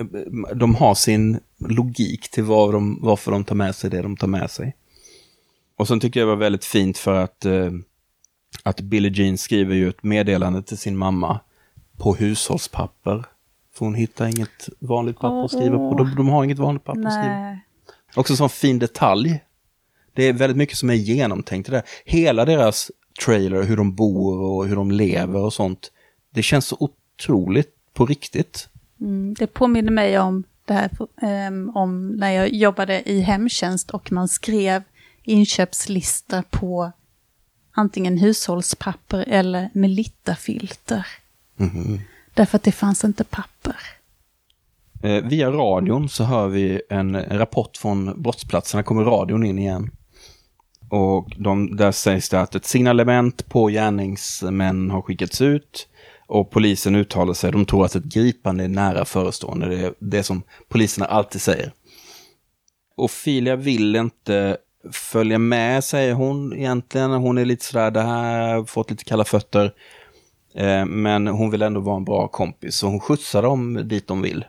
de har sin logik till var de, varför de tar med sig det de tar med sig. Och sen tycker jag det var väldigt fint för att... att Billie Jean skriver ju ett meddelande till sin mamma på hushållspapper. För hon hittar inget vanligt papper oh, att skriva på. De, de har inget vanligt papper nej. att skriva. Också en sån fin detalj. Det är väldigt mycket som är genomtänkt i det. Hela deras trailer, hur de bor och hur de lever och sånt. Det känns så otroligt på riktigt. Mm, det påminner mig om det här um, om när jag jobbade i hemtjänst och man skrev inköpslistor på antingen hushållspapper eller Melitta-filter. Mm-hmm. Därför att det fanns inte papper. Eh, via radion så hör vi en, en rapport från brottsplatsen. Här kommer radion in igen. Och de, där sägs det att ett signalement på gärningsmän har skickats ut. Och polisen uttalar sig. De tror att ett gripande är nära förestående. Det är det som poliserna alltid säger. Ophelia vill inte följa med, säger hon egentligen. Hon är lite sådär, det här har fått lite kalla fötter. Eh, men hon vill ändå vara en bra kompis. Så hon skjutsar dem dit de vill.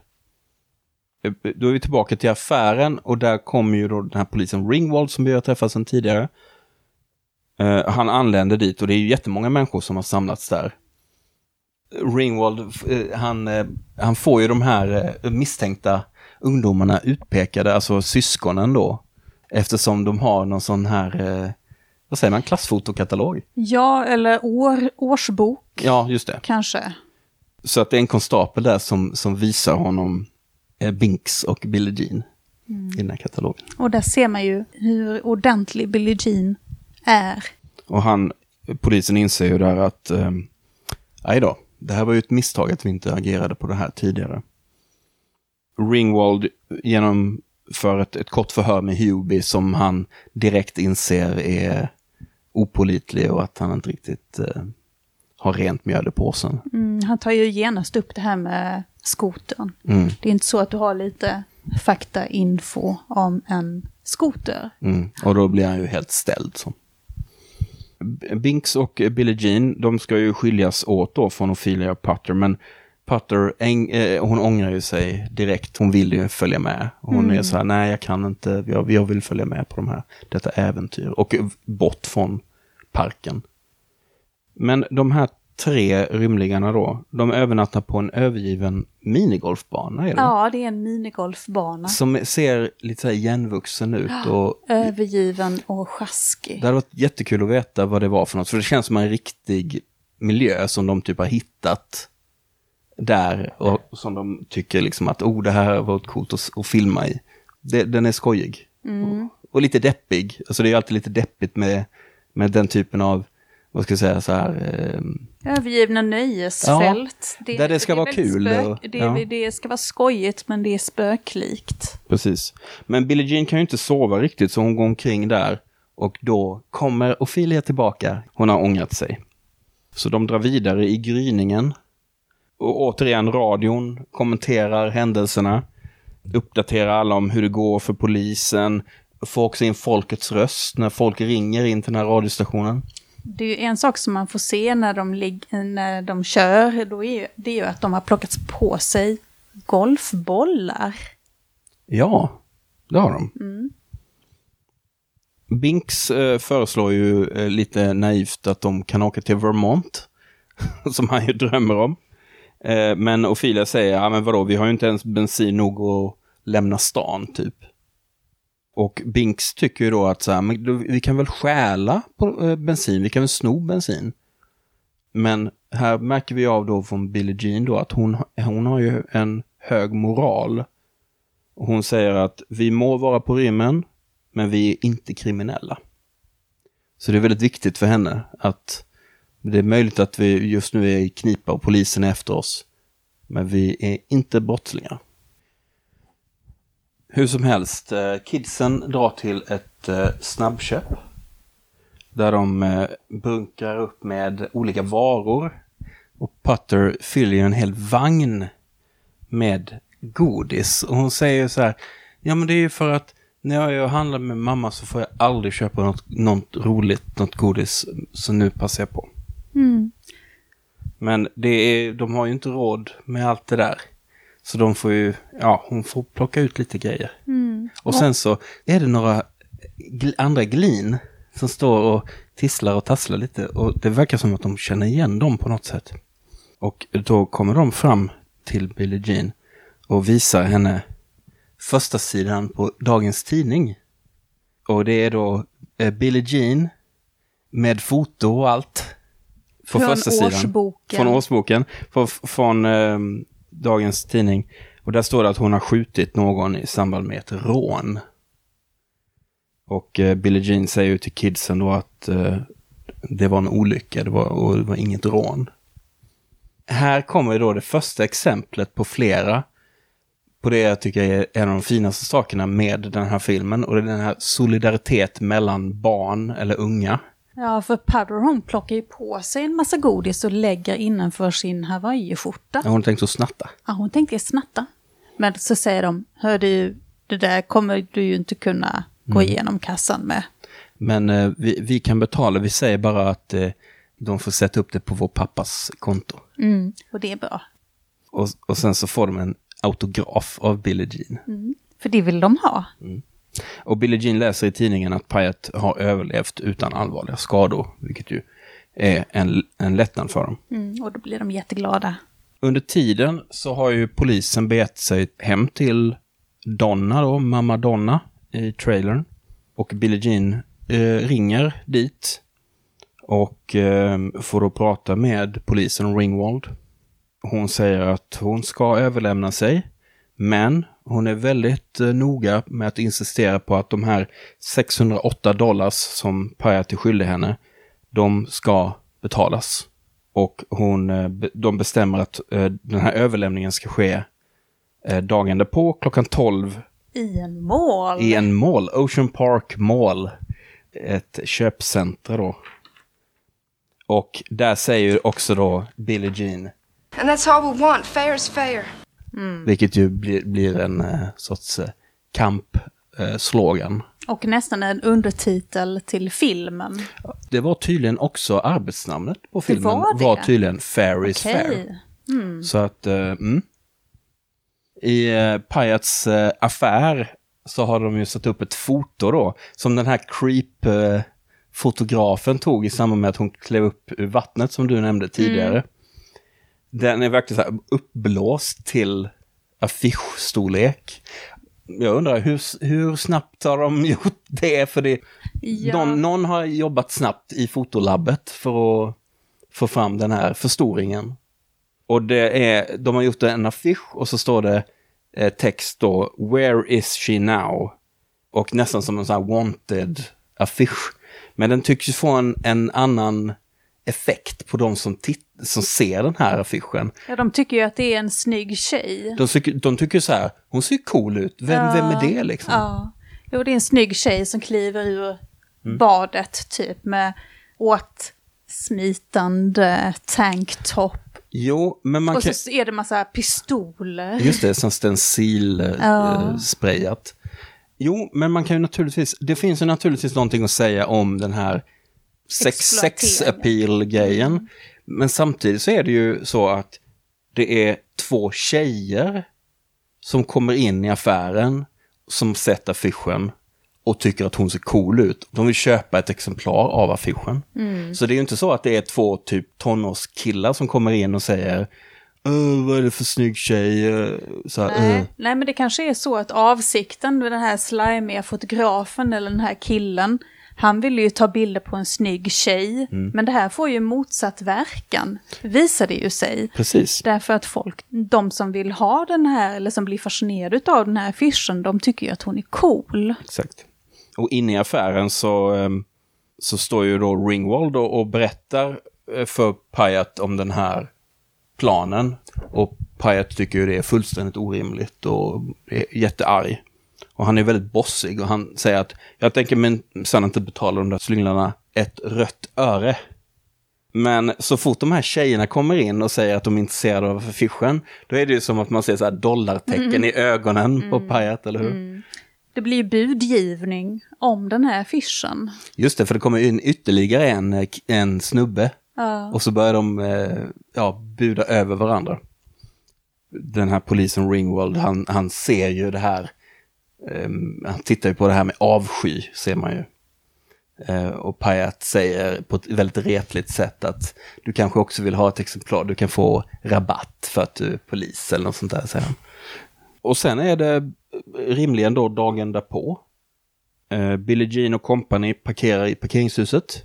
Då är vi tillbaka till affären. Och där kommer ju då den här polisen Ringwald som vi har träffat sedan tidigare. Eh, han anländer dit och det är ju jättemånga människor som har samlats där. Ringwald, eh, han, eh, han får ju de här eh, misstänkta ungdomarna utpekade, alltså syskonen då. Eftersom de har någon sån här, eh, vad säger man, klassfotokatalog. Ja, eller år, årsbok. Ja, just det. Kanske. Så att det är en konstapel där som, som visar honom eh, Binks och Billie Jean mm. i den här katalogen. Och där ser man ju hur ordentlig Billie Jean är. Och han, polisen inser ju där att, eh, aj då, det här var ju ett misstag att vi inte agerade på det här tidigare. Ringwald genomför ett, ett kort förhör med Hubie som han direkt inser är opålitlig och att han inte riktigt eh, har rent mjöl i påsen. Mm, han tar ju genast upp det här med skotern. Mm. Det är inte så att du har lite faktainfo om en skoter. Mm. Och då blir han ju helt ställd. Så. Binks och Billie Jean, de ska ju skiljas åt då från Ophelia och Putter, men Putter, äng, eh, hon ångrar ju sig direkt. Hon vill ju följa med. Hon mm. är så här, nej jag kan inte, jag, jag vill följa med på de här, detta äventyr. Och bort från parken. Men de här tre rymlingarna då, de övernattar på en övergiven minigolfbana. Är det? Ja, det är en minigolfbana. Som ser lite så här igenvuxen ut. Och övergiven och sjaskig. Det hade varit jättekul att veta vad det var för något. För det känns som en riktig miljö som de typ har hittat där och som de tycker liksom att oh, det här var coolt att, att filma i. Det, den är skojig. Mm. Och, och lite deppig. Alltså det är alltid lite deppigt med, med den typen av, vad ska jag säga, så här eh, övergivna nöjesfält. Ja, det, där det ska det vara kul. Spök, och, det, ja. det ska vara skojigt men det är spöklikt. Precis. Men Billie Jean kan ju inte sova riktigt så hon går omkring där och då kommer Ophelia tillbaka. Hon har ångrat sig. Så de drar vidare i gryningen. Och återigen radion kommenterar händelserna. Uppdaterar alla om hur det går för polisen. Får också in folkets röst när folk ringer in till den här radiostationen. Det är ju en sak som man får se när de, lig- när de kör. Då är ju, det är ju att de har plockats på sig golfbollar. Ja, det har de. Mm. Binks eh, föreslår ju eh, lite naivt att de kan åka till Vermont. Som han ju drömmer om. Eh, men Ophelia säger, ja men vadå, vi har ju inte ens bensin nog att lämna stan typ. Och Binks tycker ju då att så här, men då, vi kan väl stjäla på eh, bensin, vi kan väl sno bensin. Men här märker vi av då från Billie Jean då att hon, hon har ju en hög moral. Och hon säger att vi må vara på rymmen, men vi är inte kriminella. Så det är väldigt viktigt för henne att det är möjligt att vi just nu är i knipa och polisen är efter oss. Men vi är inte brottslingar. Hur som helst, kidsen drar till ett snabbköp. Där de bunkrar upp med olika varor. Och Putter fyller ju en hel vagn med godis. Och hon säger så här, ja men det är ju för att när jag är och handlar med mamma så får jag aldrig köpa något, något roligt, något godis. Så nu passar jag på. Mm. Men det är, de har ju inte råd med allt det där. Så de får ju, ja, hon får plocka ut lite grejer. Mm. Och sen så är det några gl- andra glin som står och tisslar och tasslar lite. Och det verkar som att de känner igen dem på något sätt. Och då kommer de fram till Billie Jean och visar henne första sidan på dagens tidning. Och det är då eh, Billie Jean med foto och allt. På från första sidan. Årsboken. Från årsboken. Från, från eh, dagens tidning. Och där står det att hon har skjutit någon i samband med ett rån. Och eh, Billie Jean säger ju till kidsen då att eh, det var en olycka. Det var, och det var inget rån. Här kommer då det första exemplet på flera på det jag tycker är en av de finaste sakerna med den här filmen. Och det är den här solidaritet mellan barn eller unga. Ja, för Powder hon plockar ju på sig en massa godis och lägger innanför sin Hawaii-skjorta. Ja, hon tänkte att snatta. Ja, hon tänkte snatta. Men så säger de, hör du, det där kommer du ju inte kunna gå Mm. igenom kassan med. Men eh, vi, vi kan betala, vi säger bara att eh, de får sätta upp det på vår pappas konto. Mm, och det är bra. Och, och sen så får de en autograf av Billie Jean. Mm, för det vill de ha. Mm. Och Billie Jean läser i tidningen att Pyatt har överlevt utan allvarliga skador, vilket ju är en, en lättnad för dem. Mm, och då blir de jätteglada. Under tiden så har ju polisen begett sig hem till Donna då, mamma Donna i trailern. Och Billie Jean eh, ringer dit och eh, får då prata med polisen Ringwald. Hon säger att hon ska överlämna sig, men hon är väldigt eh, noga med att insistera på att de här sexhundraåtta dollars som Pyatt är skyldig henne, de ska betalas. Och hon, eh, be- de bestämmer att eh, den här överlämningen ska ske eh, dagen därpå klockan tolv I en mål. i en mall, Ocean Park Mall, ett köpcentra då. Och där säger ju också då Billie Jean, And that's all we want. Fair is fair. vilket ju blir, blir en eh, sorts eh, kamp-slogan. Och nästan en undertitel till filmen. Det var tydligen också arbetsnamnet på filmen. var det? var tydligen Fair is Okej. fair. Så att, eh, mm. I eh, Pyatts eh, affär så har de ju satt upp ett foto då, som den här creep-fotografen tog i samband med att hon klev upp ur vattnet som du nämnde tidigare. Mm. Den är verkligen så här uppblåst till affischstorlek. Jag undrar hur, hur snabbt har de gjort det? För det, Ja. någon, någon har jobbat snabbt i fotolabbet för att få fram den här förstoringen. Och det är, de har gjort en affisch och så står det eh, text då, Where is she now? Och nästan som en sån här wanted affisch. Men den tycks ju få en, en annan effekt på de som, titt- som ser den här affischen. Ja, de tycker ju att det är en snygg tjej. De tycker, de tycker så här, hon ser cool ut. Vem, Ja. vem är det liksom? Ja, jo, det är en snygg tjej som kliver ur Mm. badet typ med åtsmitande tanktop. Jo, men man Och kan... så är det massa pistoler. Just det, som stencil Ja. eh, sprayat. Jo, men man kan ju naturligtvis... Det finns ju naturligtvis någonting att säga om den här sex, sex Exploatering. appeal-grejen. Mm. Men samtidigt så är det ju så att det är två tjejer som kommer in i affären som sett affischen och tycker att hon ser cool ut. De vill köpa ett exemplar av affischen. Mm. Så det är ju inte så att det är två typ tonårskillar som kommer in och säger "Åh, vad är det för snygg tjej?" Så här, Nej. "Åh." Nej, men det kanske är så att avsikten med den här slimiga fotografen eller den här killen, han vill ju ta bilder på en snygg tjej. Mm. Men det här får ju motsatt verkan, visar det ju sig. Precis. Därför att folk, de som vill ha den här, eller som blir fascinerade av den här affischen, de tycker ju att hon är cool. Exakt. Och inne i affären så, ehm, så står ju då Ringwald och, och berättar eh, för Pyatt om den här planen. Och Pyatt tycker ju det är fullständigt orimligt och är jättearg. Och han är väldigt bossig och han säger att jag tänker min sen inte betala de där slynglarna ett rött öre. Men så fort de här tjejerna kommer in och säger att de är intresserade av affischen, då är det ju som att man ser så här dollartecken Mm. i ögonen på Pyatt, eller hur? Mm. Det blir ju budgivning om den här affischen. Just det, för det kommer in ytterligare en, en snubbe. Ja. Och så börjar de eh, ja, buda över varandra. Den här polisen Ringwald, han, han ser ju det här. Eh, han tittar ju på det här med avsky, ser man ju. Eh, och Pyatt säger på ett väldigt retligt sätt att du kanske också vill ha ett exemplar. Du kan få rabatt för att du är polis eller något sånt där, säger han. Och sen är det rimligen då dagen därpå. Eh, Billie Jean och company parkerar i parkeringshuset.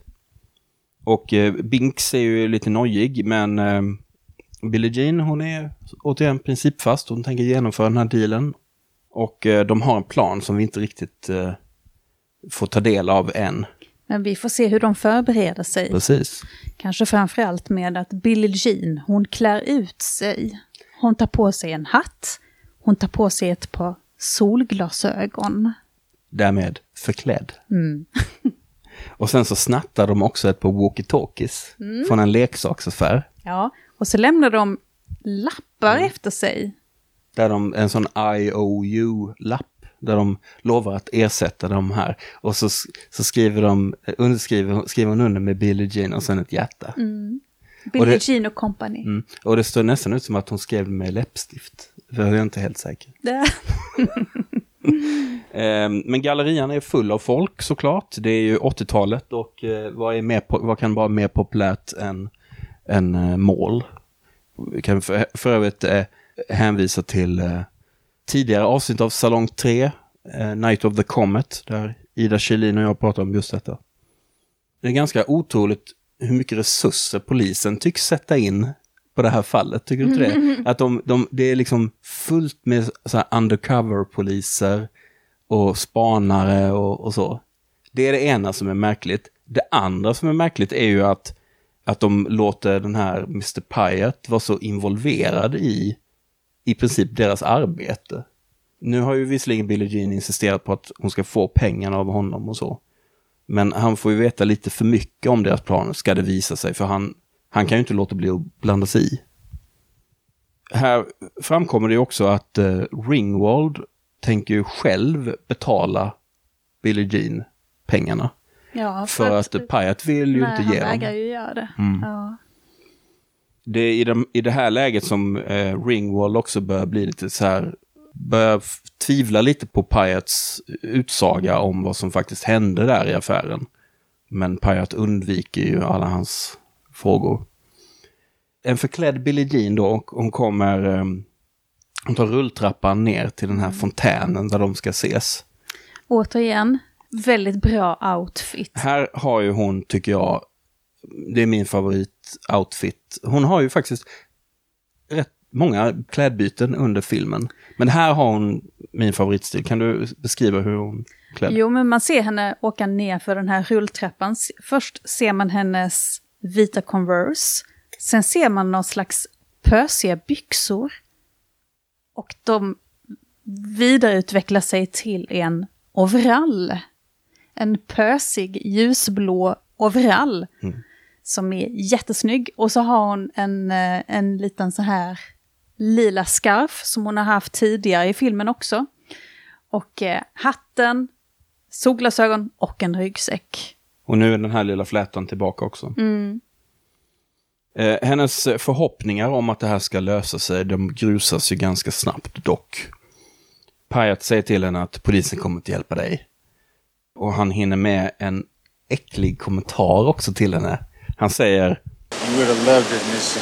Och eh, Binks är ju lite nojig, men eh, Billie Jean, hon är återigen principfast. Hon tänker genomföra den här dealen. Och eh, de har en plan som vi inte riktigt eh, får ta del av än. Men vi får se hur de förbereder sig. Precis. Kanske framförallt med att Billie Jean, hon klär ut sig. Hon tar på sig en hatt. hon tar på sig ett par solglasögon. Därmed förklädd. Mm. Och sen så snattar de också ett par walkie-talkies mm. från en leksaksaffär. Ja, och så lämnar de lappar mm. efter sig. Där de, en sån I O U-lapp. Där de lovar att ersätta de här. Och så, så skriver de, underskriver, skriver hon under med Billie Jean och sen ett hjärta. Mm. Billie det, Jean och Company. Mm, och det står nästan ut som att hon skrev med läppstift. För jag är inte helt säker. Men gallerian är full av folk såklart. Det är ju åttiotalet och vad, är mer, vad kan vara mer populärt än, än mål? Vi kan för, för övrigt eh, hänvisa till eh, tidigare avsnitt av Salong tre, eh, Night of the Comet, där Ida Kjellin och jag pratar om just detta. Det är ganska otroligt hur mycket resurser polisen tycks sätta in på det här fallet, tycker du inte det? Att de, de, det är liksom fullt med så här undercover-poliser och spanare och, och så. Det är det ena som är märkligt. Det andra som är märkligt är ju att, att de låter den här mister Pyatt vara så involverad i i princip deras arbete. Nu har ju visserligen Billie Jean insisterat på att hon ska få pengarna av honom och så. Men han får ju veta lite för mycket om deras planer, ska det visa sig. För han, han kan ju inte låta bli att blanda sig i. Här framkommer det också att uh, Ringwald tänker ju själv betala Billie Jean pengarna. Ja, för, för att, att Pyatt vill ju nej, inte ge dem. Han vägrar ju göra det. Mm. Ja. Det är i, de, i det här läget som uh, Ringwald också börjar bli lite så här, börjar f- tvivla lite på Pyatts utsaga om vad som faktiskt hände där i affären. Men Pyatt undviker ju alla hans frågor. En förklädd Billie Jean då, hon kommer, um, hon tar rulltrappan ner till den här fontänen där de ska ses. Återigen, väldigt bra outfit. Här har ju hon, tycker jag, det är min favorit-outfit. Hon har ju faktiskt rätt många klädbyten under filmen. Men här har hon min favoritstil. Kan du beskriva hur hon klädd? Jo, men man ser henne åka ner för den här rulltrappan. Först ser man hennes vita Converse. Sen ser man någon slags pösiga byxor. Och de vidareutvecklar sig till en overall. En pösig ljusblå overall. Mm. Som är jättesnygg. Och så har hon en, en liten så här lila scarf som hon har haft tidigare i filmen också. Och eh, hatten, solglasögon och en ryggsäck. Och nu är den här lilla flätan tillbaka också. Mm. Eh, hennes förhoppningar om att det här ska lösa sig, de grusas ju ganska snabbt dock. Pyatt säger till henne att polisen kommer att hjälpa dig. Och han hinner med en äcklig kommentar också till henne. Han säger... You would have loved it, Missy.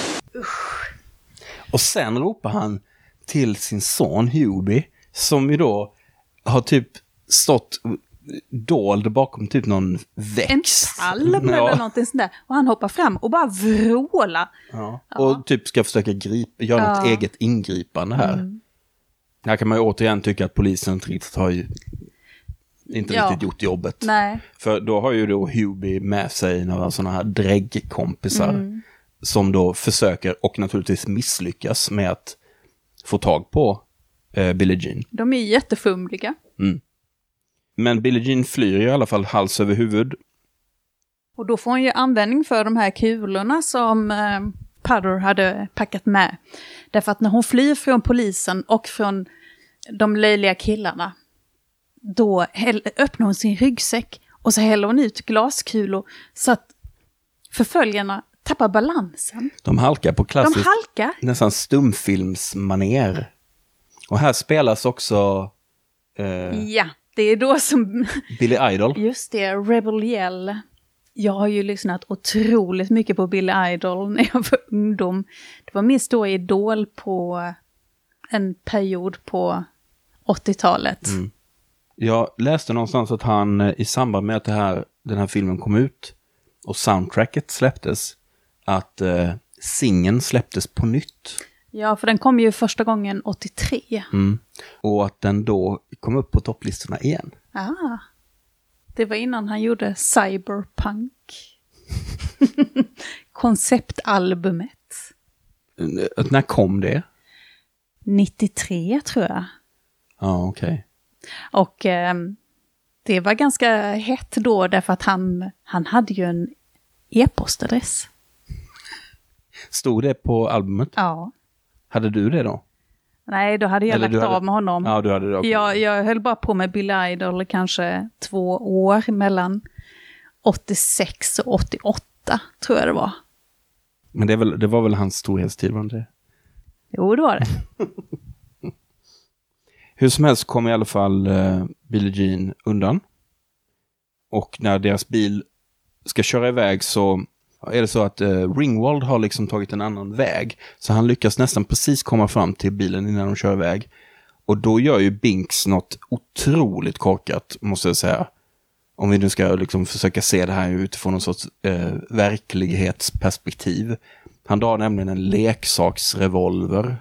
Och sen ropar han till sin son Hubie, som ju då har typ stått dold bakom typ någon växt. En palm ja. Eller någonting sånt där. Och han hoppar fram och bara vrålar. Ja. Ja. Och typ ska försöka gripa, göra ja. något eget ingripande här. Mm. Här kan man ju återigen tycka att polisen inte riktigt har ju, inte ja. riktigt gjort jobbet. Nej. För då har ju då Hubie med sig några sådana här dräggkompisar. Mm. Som då försöker och naturligtvis misslyckas med att få tag på eh, Billie Jean. De är jättefumliga. Mm. Men Billie Jean flyr i alla fall hals över huvud. Och då får hon ju användning för de här kulorna som eh, Putter hade packat med. Därför att när hon flyr från polisen och från de löjliga killarna, då häll- öppnar hon sin ryggsäck och så häller hon ut glaskulor så att förföljarna tappar balansen. De halkar på klassiskt, De halkar. nästan stumfilmsmaner. Och här spelas också... Eh, ja, det är då som... Billy Idol. Just det, Rebel Yell. Jag har ju lyssnat otroligt mycket på Billy Idol när jag var ungdom. Det var min stora idol på en period på åttiotalet. Mm. Jag läste någonstans att han i samband med att det här, den här filmen kom ut och soundtracket släpptes, att eh, singeln släpptes på nytt. Ja, för den kom ju första gången åttiotre. Mm. Och att den då kom upp på topplistorna igen. Ah, det var innan han gjorde Cyberpunk. Konceptalbumet. När kom det? nittiotre tror jag. Ja, okej. Okay. Och eh, det var ganska hett då därför att han, han hade ju en e-postadress. Stod det på albumet? Ja. Hade du det då? Nej, då hade jag Eller lagt hade... av med honom. Ja, du hade det. Okay. Jag, jag höll bara på med Billy Idol kanske två år mellan åttiosex och åttioåtta, tror jag det var. Men det, är väl, det var väl hans storhetstid, var det inte? Jo, det var det. Hur som helst kom i alla fall uh, Billie Jean undan. Och när deras bil ska köra iväg så är det så att uh, Ringwald har liksom tagit en annan väg. Så han lyckas nästan precis komma fram till bilen innan de kör iväg. Och då gör ju Binks något otroligt korkat, måste jag säga. Om vi nu ska liksom försöka se det här utifrån någon sorts uh, verklighetsperspektiv. Han drar nämligen en leksaksrevolver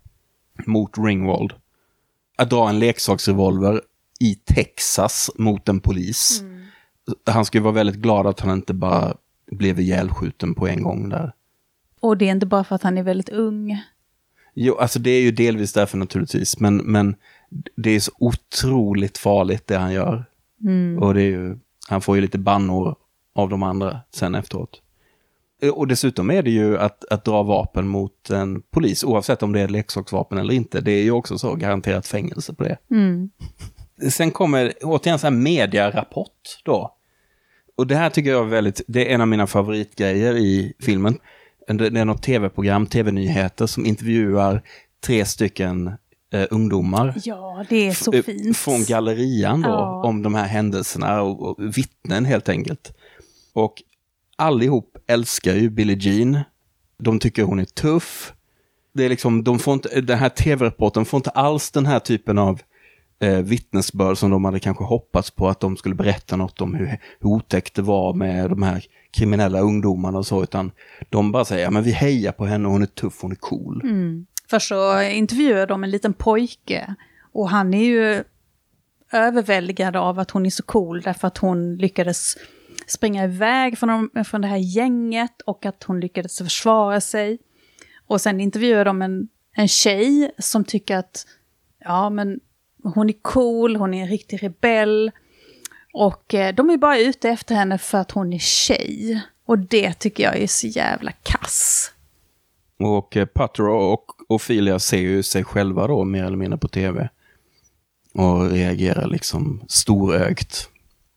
mot Ringwald. Att dra en leksaksrevolver i Texas mot en polis. Mm. Han skulle vara väldigt glad att han inte bara blev ihjälskjuten på en gång där. Och det är inte bara för att han är väldigt ung. Jo, alltså det är ju delvis därför naturligtvis. Men, men det är så otroligt farligt det han gör. Mm. Och det är ju, han får ju lite bannor av de andra sen efteråt. Och dessutom är det ju att, att dra vapen mot en polis, oavsett om det är leksaksvapen eller inte. Det är ju också så garanterat fängelse på det. Mm. Sen kommer återigen så här mediarapport då. Och det här tycker jag är väldigt, det är en av mina favoritgrejer i filmen. Det är något tv-program, tv-nyheter som intervjuar tre stycken eh, ungdomar. Ja, det är så f- fint. Från gallerian då, ja. Om de här händelserna och, och vittnen helt enkelt. Och allihop älskar ju Billie Jean. De tycker hon är tuff. Det är liksom, de får inte, den här tv-rapporten får inte alls den här typen av eh, vittnesbörd som de hade kanske hoppats på, att de skulle berätta något om hur, hur otäckt det var med de här kriminella ungdomarna och så, utan de bara säger, ja men vi hejar på henne och hon är tuff, hon är cool. Mm. Först så intervjuar de en liten pojke och han är ju överväldigad av att hon är så cool därför att hon lyckades springa iväg från, de, från det här gänget och att hon lyckades försvara sig. Och sen intervjuar de en, en tjej som tycker att ja, men hon är cool, hon är en riktig rebell. Och eh, de är bara ute efter henne för att hon är tjej. Och det tycker jag är så jävla kass. Och eh, Putter och Ophelia ser ju sig själva då mer eller mindre på tv. Och reagerar liksom storögt.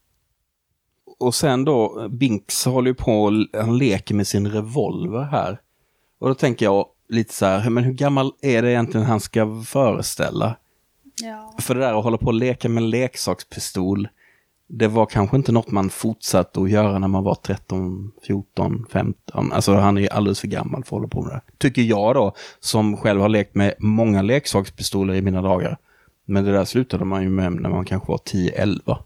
Och sen då, Binks håller ju på, han leker med sin revolver här. Och då tänker jag lite så här, men hur gammal är det egentligen han ska föreställa? Ja. För det där att hålla på och leka med en leksakspistol, det var kanske inte något man fortsatte att göra när man var tretton, fjorton, femton. Alltså han är alldeles för gammal för att hålla på med det. Tycker jag då, som själv har lekt med många leksakspistoler i mina dagar. Men det där slutade man ju med när man kanske var tio elva.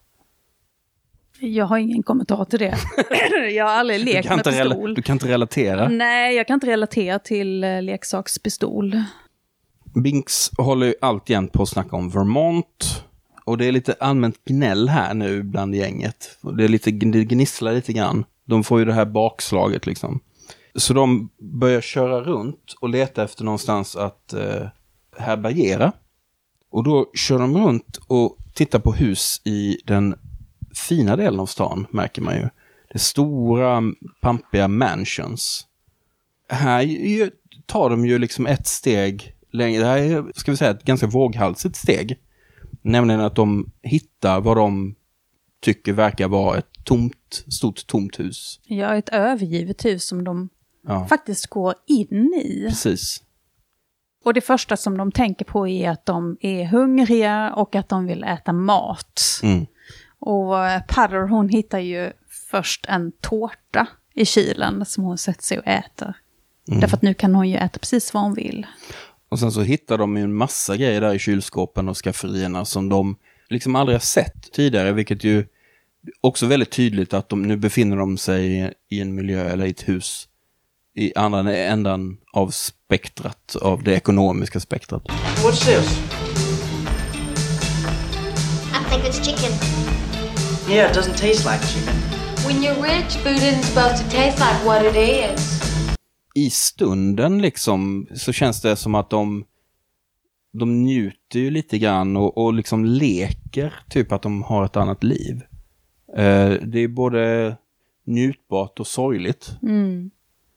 Jag har ingen kommentar till det. Jag har aldrig lekt med pistol. Rel- du kan inte relatera? Nej, jag kan inte relatera till uh, leksakspistol. Binks håller ju alltid på att snacka om Vermont. Och det är lite allmänt gnäll här nu bland gänget. Det är lite, det gnisslar lite grann. De får ju det här bakslaget liksom. Så de börjar köra runt och leta efter någonstans att uh, härbärgera. Och då kör de runt och tittar på hus i den fina delen av stan, märker man ju. Det är stora, pampiga mansions. Här tar de ju liksom ett steg längre. Det här är, ska vi säga, ett ganska våghalsigt steg. Nämligen att de hittar vad de tycker verkar vara ett tomt, stort tomt hus. Ja, ett övergivet hus som de ja. faktiskt går in i. Precis. Och det första som de tänker på är att de är hungriga och att de vill äta mat. Mm. Och Putter, hon hittar ju först en tårta i kylen som hon sätter sig och äter. Mm. Därför att nu kan hon ju äta precis vad hon vill. Och sen så hittar de ju en massa grejer där i kylskåpen och skafferierna som de liksom aldrig har sett tidigare. Vilket ju också väldigt tydligt att de nu befinner de sig i en miljö eller i ett hus i andra ändan av spektrat, av det ekonomiska spektrat. What's this? I think it's chicken. Yeah, it doesn't taste like chicken. When you're rich, food isn't supposed to taste like what it is. I stunden liksom så känns det som att de de njuter ju lite grann och, och liksom leker typ att de har ett annat liv. Eh, det är både njutbart och sorgligt. Mm.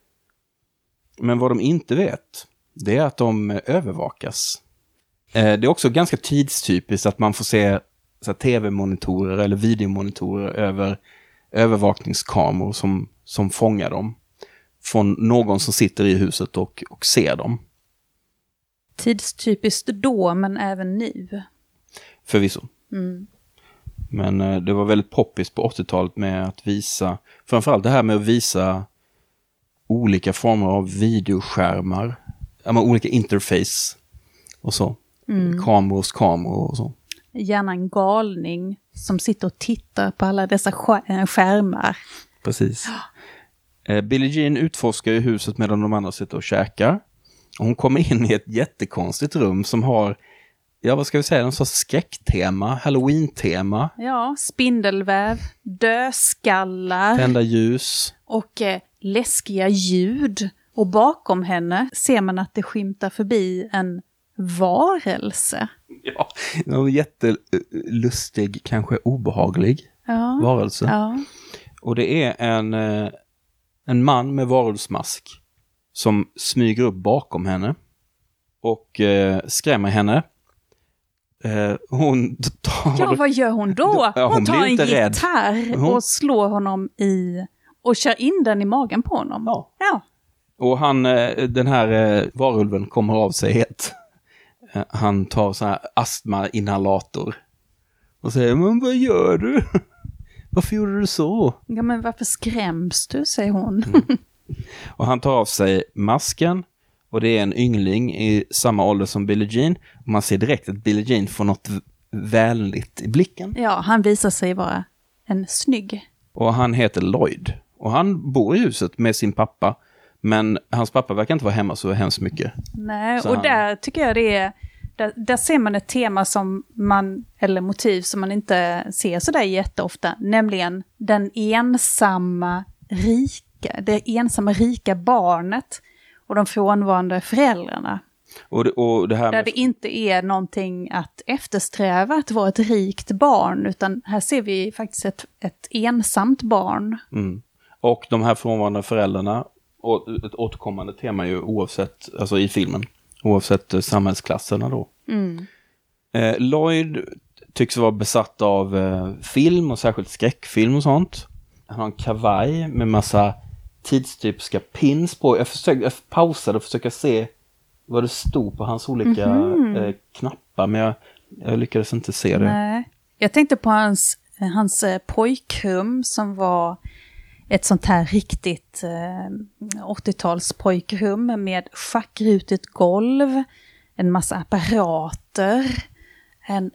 Men vad de inte vet, det är att de övervakas. Eh, det är också ganska tidstypiskt att man får se så här, tv-monitorer eller videomonitorer över övervakningskameror som, som fångar dem. Från någon som sitter i huset och, och ser dem. Tidstypiskt då, men även nu. Förvisso. Mm. Men eh, det var väldigt poppis på åttiotalet med att visa, framförallt det här med att visa olika former av videoskärmar. Ja, men olika interface och så. Mm. Kamerors kameror och så. Gärna en galning som sitter och tittar på alla dessa skärmar. Precis. Eh, Billie Jean utforskar ju huset medan de andra sitter och käkar. Hon kommer in i ett jättekonstigt rum som har, ja vad ska vi säga, någon sorts skräcktema, Halloween-tema. Ja, spindelväv, dödskallar. Tända ljus. Och eh, läskiga ljud. Och bakom henne ser man att det skymtar förbi en varelse. Ja, en jättelustig, kanske obehaglig ja, varelse. Ja. Och det är en, en man med varulvsmask som smyger upp bakom henne och eh, skrämmer henne. Eh, hon tar... Ja, vad gör hon då? Ja, hon, hon tar en gitarr hon... och slår honom i... och kör in den i magen på honom. Ja. ja. Och han, den här varulven kommer av sig helt. Han tar så här astmainhalator och säger, men vad gör du? Varför gjorde du så? Ja, men varför skräms du, säger hon. Mm. Och han tar av sig masken och det är en yngling i samma ålder som Billie Jean. Och man ser direkt att Billie Jean får något vänligt i blicken. Ja, han visar sig vara en snygg. Och han heter Lloyd. Och han bor i huset med sin pappa. Men hans pappa verkar inte vara hemma så hemskt mycket. Nej, så och han... där tycker jag det är... Där, där ser man ett tema som man, eller motiv som man inte ser så där jätteofta. Nämligen den ensamma rika, det ensamma rika barnet och de frånvarande föräldrarna. Och det, och det här där med... det inte är någonting att eftersträva att vara ett rikt barn, utan här ser vi faktiskt ett, ett ensamt barn. Mm. Och de här frånvarande föräldrarna, och ett återkommande tema ju oavsett, alltså i filmen, oavsett eh, samhällsklasserna då. Mm. Eh, Lloyd tycks vara besatt av eh, film och särskilt skräckfilm och sånt. Han har en kavaj med massa tidstypiska pins på. Jag, försökte, jag pausade och försökte se vad det stod på hans olika mm-hmm. eh, knappar, men jag, jag lyckades inte se det. Nej. Jag tänkte på hans, hans eh, pojkrum som var ett sånt här riktigt eh, åttio-tals pojkrum med schackrutigt golv, en massa apparater, en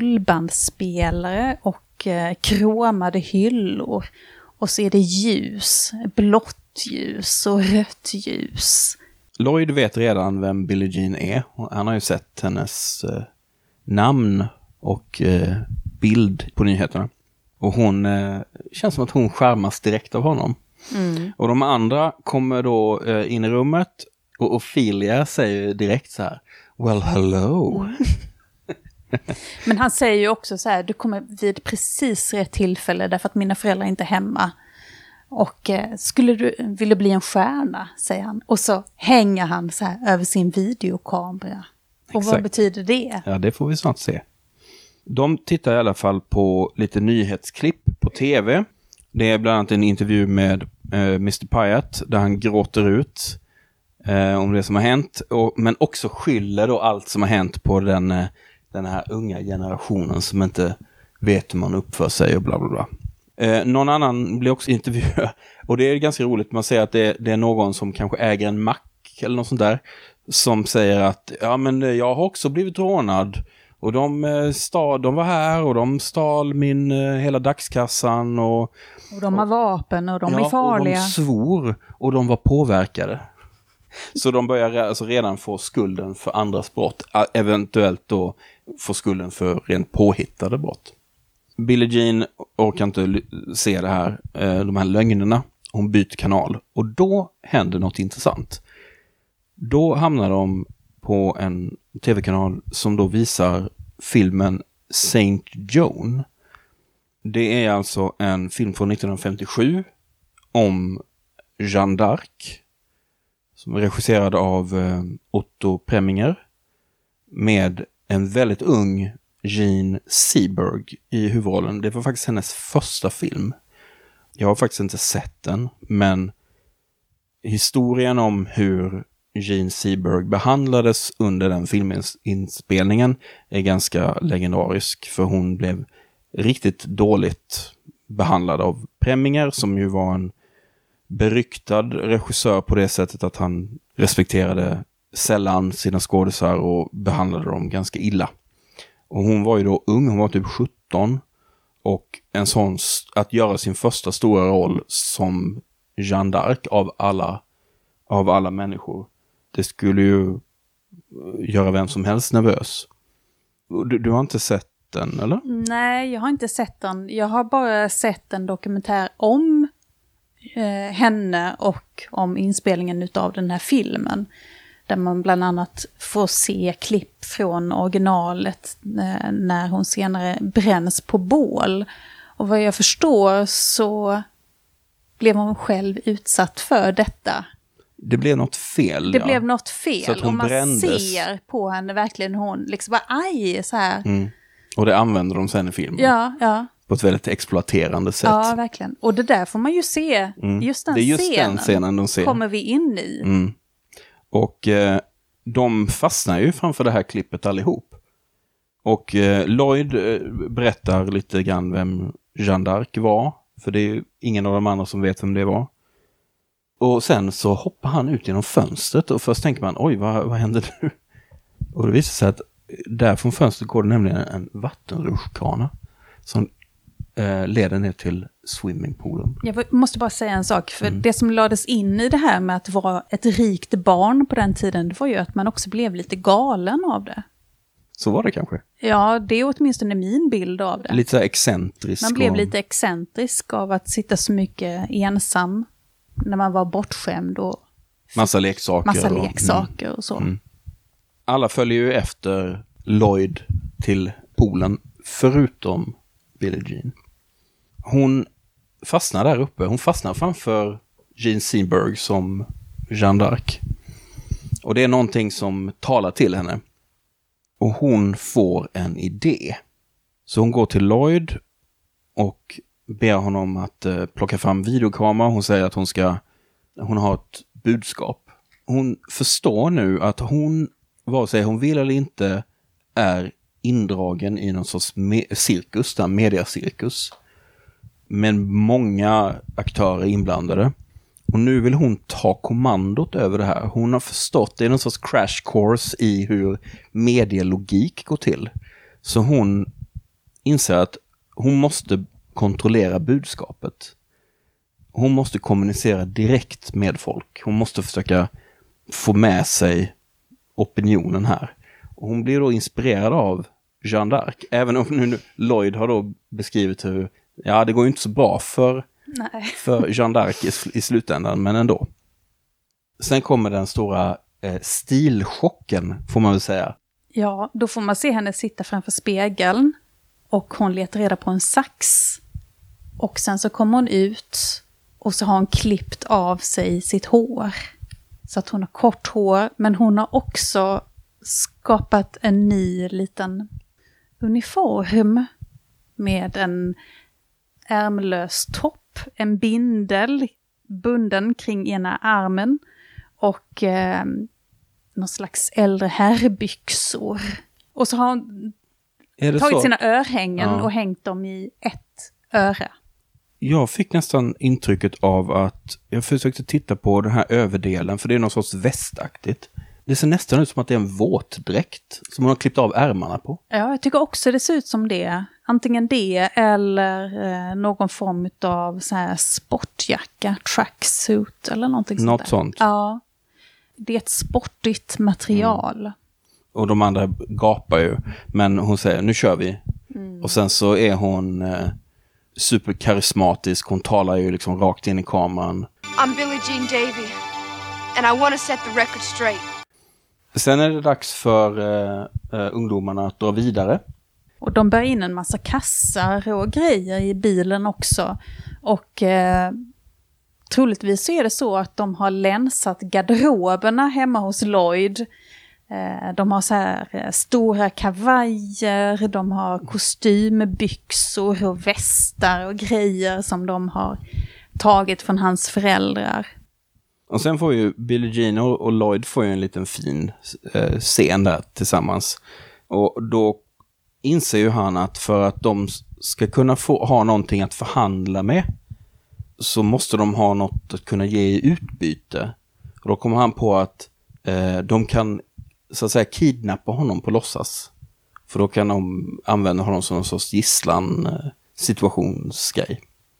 rullbandspelare och eh, kromade hyllor. Och så är det ljus, blått ljus och rött ljus. Lloyd vet redan vem Billie Jean är. Han har ju sett hennes eh, namn och eh, bild på nyheterna. Och hon eh, känns som att hon skärmas direkt av honom. Mm. Och de andra kommer då eh, in i rummet och Ophelia säger direkt så här, well hello. Mm. Men han säger ju också så här, du kommer vid precis rätt tillfälle därför att mina föräldrar är inte hemma. Och eh, skulle du vilja bli en stjärna, säger han. Och så hänger han så här över sin videokamera. Och exakt. Vad betyder det? Ja, det får vi snart se. De tittar i alla fall på lite nyhetsklipp på tv. Det är bland annat en intervju med eh, mister Pyatt där han gråter ut eh, om det som har hänt. Och, men också skyller då allt som har hänt på den, eh, den här unga generationen som inte vet hur man uppför sig och bla bla bla. Eh, någon annan blir också intervjuad. Och det är ganska roligt. Man säger att det, det är någon som kanske äger en mack eller något sånt där. Som säger att ja men jag har också blivit rånad. Och de, stal, de var här och de stal min hela dagskassan. Och, och de har vapen och de ja, är farliga. Och de svor och de var påverkade. Så de börjar alltså redan få skulden för andras brott. Eventuellt då få skulden för rent påhittade brott. Billie Jean orkar inte se det här, de här lögnerna. Hon byter kanal. Och då händer något intressant. Då hamnar de på en tv-kanal som då visar filmen Saint Joan. Det är alltså en film från nittonhundrafemtiosju om Jeanne d'Arc som är regisserad av eh, Otto Preminger med en väldigt ung Jean Seberg i huvudrollen. Det var faktiskt hennes första film. Jag har faktiskt inte sett den, men historien om hur Jean Seberg behandlades under den filminspelningen är ganska legendarisk, för hon blev riktigt dåligt behandlad av Preminger, som ju var en beryktad regissör på det sättet att han respekterade sällan sina skådespelare och behandlade dem ganska illa. Och hon var ju då ung, hon var typ sjutton, och en sån, att göra sin första stora roll som Jeanne d'Arc av alla, av alla människor, det skulle ju göra vem som helst nervös. Du, du har inte sett den, eller? Nej, jag har inte sett den. Jag har bara sett en dokumentär om eh, henne och om inspelningen utav den här filmen. Där man bland annat får se klipp från originalet eh, när hon senare bränns på bål. Och vad jag förstår så blev hon själv utsatt för detta. Det blev något fel. Det ja. blev något fel. Så att hon och man brändes. ser på henne verkligen hon liksom bara aj så här. Mm. Och det använder de sen i filmen. Ja, ja. På ett väldigt exploaterande sätt. Ja, verkligen. Och det där får man ju se. Mm. Just den det är just scenen, den scenen de ser. kommer vi in i. Mm. Och eh, de fastnar ju framför det här klippet allihop. Och eh, Lloyd eh, berättar lite grann vem Jeanne d'Arc var. För det är ju ingen av de andra som vet vem det var. Och sen så hoppar han ut genom fönstret. Och först tänker man, oj, vad, vad händer nu? Och det visar sig att där från fönstret går det nämligen en vattenrutschkana som eh, leder ner till swimmingpoolen. Jag måste bara säga en sak, för Mm. det som lades in i det här med att vara ett rikt barn på den tiden, det var ju att man också blev lite galen av det. Så var det kanske. Ja, det är åtminstone min bild av det. Lite så här excentrisk. Man blev och... lite excentrisk av att sitta så mycket ensam när man var bortskämd och Massa leksaker. massa och, leksaker och så. Mm. Alla följer ju efter Lloyd till poolen, förutom Billie Jean. Hon fastnar där uppe. Hon fastnar framför Jean Seberg som Jeanne d'Arc. Och det är någonting som talar till henne. Och hon får en idé. Så hon går till Lloyd och ber honom att eh, plocka fram videokamera. Hon säger att hon ska, hon har ett budskap. Hon förstår nu att hon, vare sig hon vill eller inte, är indragen i någon sorts me- cirkus, där mediacirkus. Men många aktörer inblandade. Och nu vill hon ta kommandot över det här. Hon har förstått, det är någon sorts crash course i hur medielogik går till. Så hon inser att hon måste kontrollera budskapet. Hon måste kommunicera direkt med folk. Hon måste försöka få med sig opinionen här. Och hon blir då inspirerad av Jeanne d'Arc. Även om nu Lloyd har då beskrivit hur, ja, det går ju inte så bra för, Nej. för Jeanne d'Arc i, i slutändan, men ändå. Sen kommer den stora eh, stilchocken, får man väl säga. Ja, då får man se henne sitta framför spegeln och hon letar reda på en sax. Och sen så kommer hon ut och så har hon klippt av sig sitt hår. Så att hon har kort hår, men hon har också skapat en ny liten uniform med en ärmlös topp, en bindel bunden kring ena armen och eh, någon slags äldre herrbyxor. Och så har hon Är det tagit så? sina örhängen Ja. och hängt dem i ett öra. Jag fick nästan intrycket av att jag försökte titta på den här överdelen, för det är någon sorts västaktigt. Det ser nästan ut som att det är en våtdräkt som hon har klippt av ärmarna på. Ja, jag tycker också det ser ut som det. Antingen det eller eh, någon form av så här sportjacka, tracksuit eller någonting sånt Något där. sånt. Ja, det är ett sportigt material. Mm. Och de andra gapar ju. Men hon säger, nu kör vi. Mm. Och sen så är hon eh, superkarismatisk. Hon talar ju liksom rakt in i kameran. I'm Billie Jean Davy, and I want to set the record straight. Sen är det dags för uh, uh, ungdomarna att dra vidare. Och de bär in en massa kassar och grejer i bilen också. Och eh, troligtvis så är det så att de har länsat garderoberna hemma hos Lloyd. Eh, de har så här eh, stora kavajer, de har kostymbyxor och västar och grejer som de har tagit från hans föräldrar. Och sen får ju Billie Jean och, och Lloyd får ju en liten fin eh, scen där tillsammans. Och då inser ju han att för att de ska kunna få ha någonting att förhandla med så måste de ha något att kunna ge i utbyte. Och då kommer han på att eh, de kan så att säga kidnappa honom på låtsas. För då kan de använda honom som en sorts gisslan eh, situationsgrej.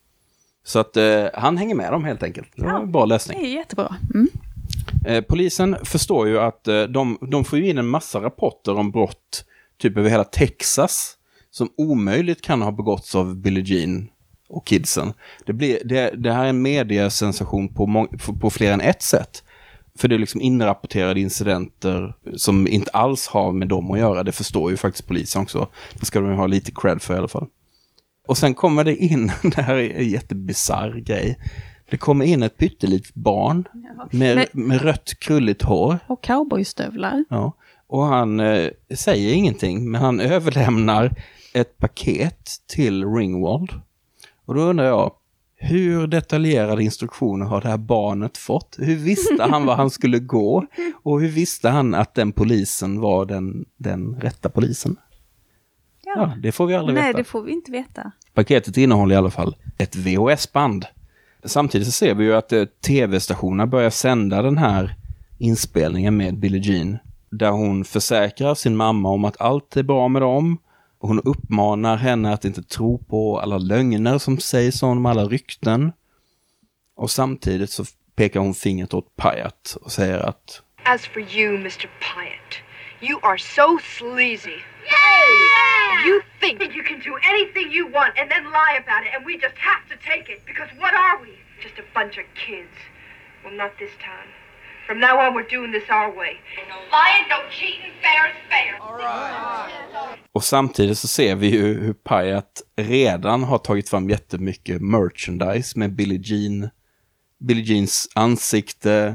Så att eh, han hänger med dem helt enkelt. Det var en bra läsning. Det är jättebra. Mm. Eh, polisen förstår ju att eh, de, de får ju in en massa rapporter om brott typ över hela Texas som omöjligt kan ha begåtts av Billie Jean och kidsen. Det, blir, det, det här är en mediesensation på, må- på, på fler än ett sätt. För det är liksom inrapporterade incidenter som inte alls har med dem att göra. Det förstår ju faktiskt polisen också. Det ska de ha lite cred för i alla fall. Och sen kommer det in, det här är en jättebisarr grej. Det kommer in ett pyttelitet barn med, med rött krulligt hår. Och cowboystövlar. Ja. Och han eh, säger ingenting, men han överlämnar ett paket till Ringwald. Och då undrar jag, hur detaljerade instruktioner har det här barnet fått? Hur visste han var han skulle gå? Och hur visste han att den polisen var den, den rätta polisen? Ja. Ja, det får vi aldrig Nej, veta. det får vi inte veta. Paketet innehåller i alla fall ett V H S-band. Samtidigt så ser vi ju att eh, tv-stationerna börjar sända den här inspelningen med Billie Jean. Där hon försäkrar sin mamma om att allt är bra med dem. Och hon uppmanar henne att inte tro på alla lögner som sägs om alla rykten. Och samtidigt så pekar hon fingret åt Pyatt och säger att As for you, mister Pyatt, you are so sleazy. Yeah! You think that you can do anything you want and then lie about it and we just have to take it because what are we? Just a bunch of kids. Well, not this time. From now on we're doing this our way. No lying, no cheating, fair is fair. All right. Och samtidigt så ser vi ju hur Pyatt redan har tagit fram jättemycket merchandise med Billie Jean, Billie Jeans ansikte,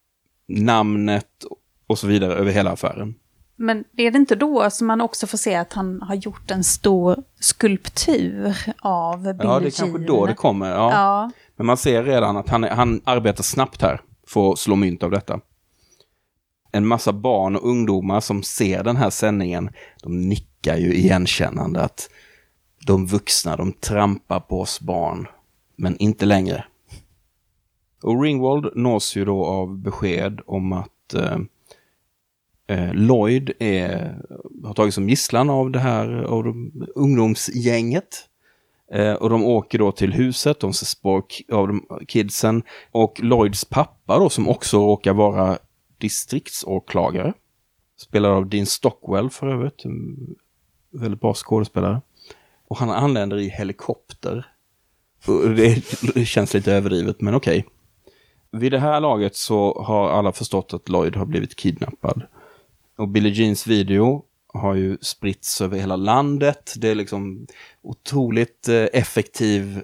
namnet och så vidare över hela affären. Men är det inte då som man också får se att han har gjort en stor skulptur av Billie Jean? Ja, det är kanske då det kommer. Ja. Ja. Men man ser redan att han, han arbetar snabbt här för att slå mynt av detta. En massa barn och ungdomar som ser den här sändningen, de nickar ju igenkännande att de vuxna, de trampar på oss barn, men inte längre. Och Ringwald nås ju då av besked om att eh, eh, Lloyd är, har tagit som gisslan av det här av de, ungdomsgänget. Eh, och de åker då till huset, de ser spår av de kidsen. Och Lloyds pappa då, som också råkar vara distriktsåklagare. Spelad av Dean Stockwell för övrigt. En väldigt bra skådespelare. Och han anländer i helikopter. Och det, det känns lite överdrivet, men okej. Vid det här laget så har alla förstått att Lloyd har blivit kidnappad. Och Billie Jeans video har ju spritts över hela landet. Det är liksom otroligt effektiv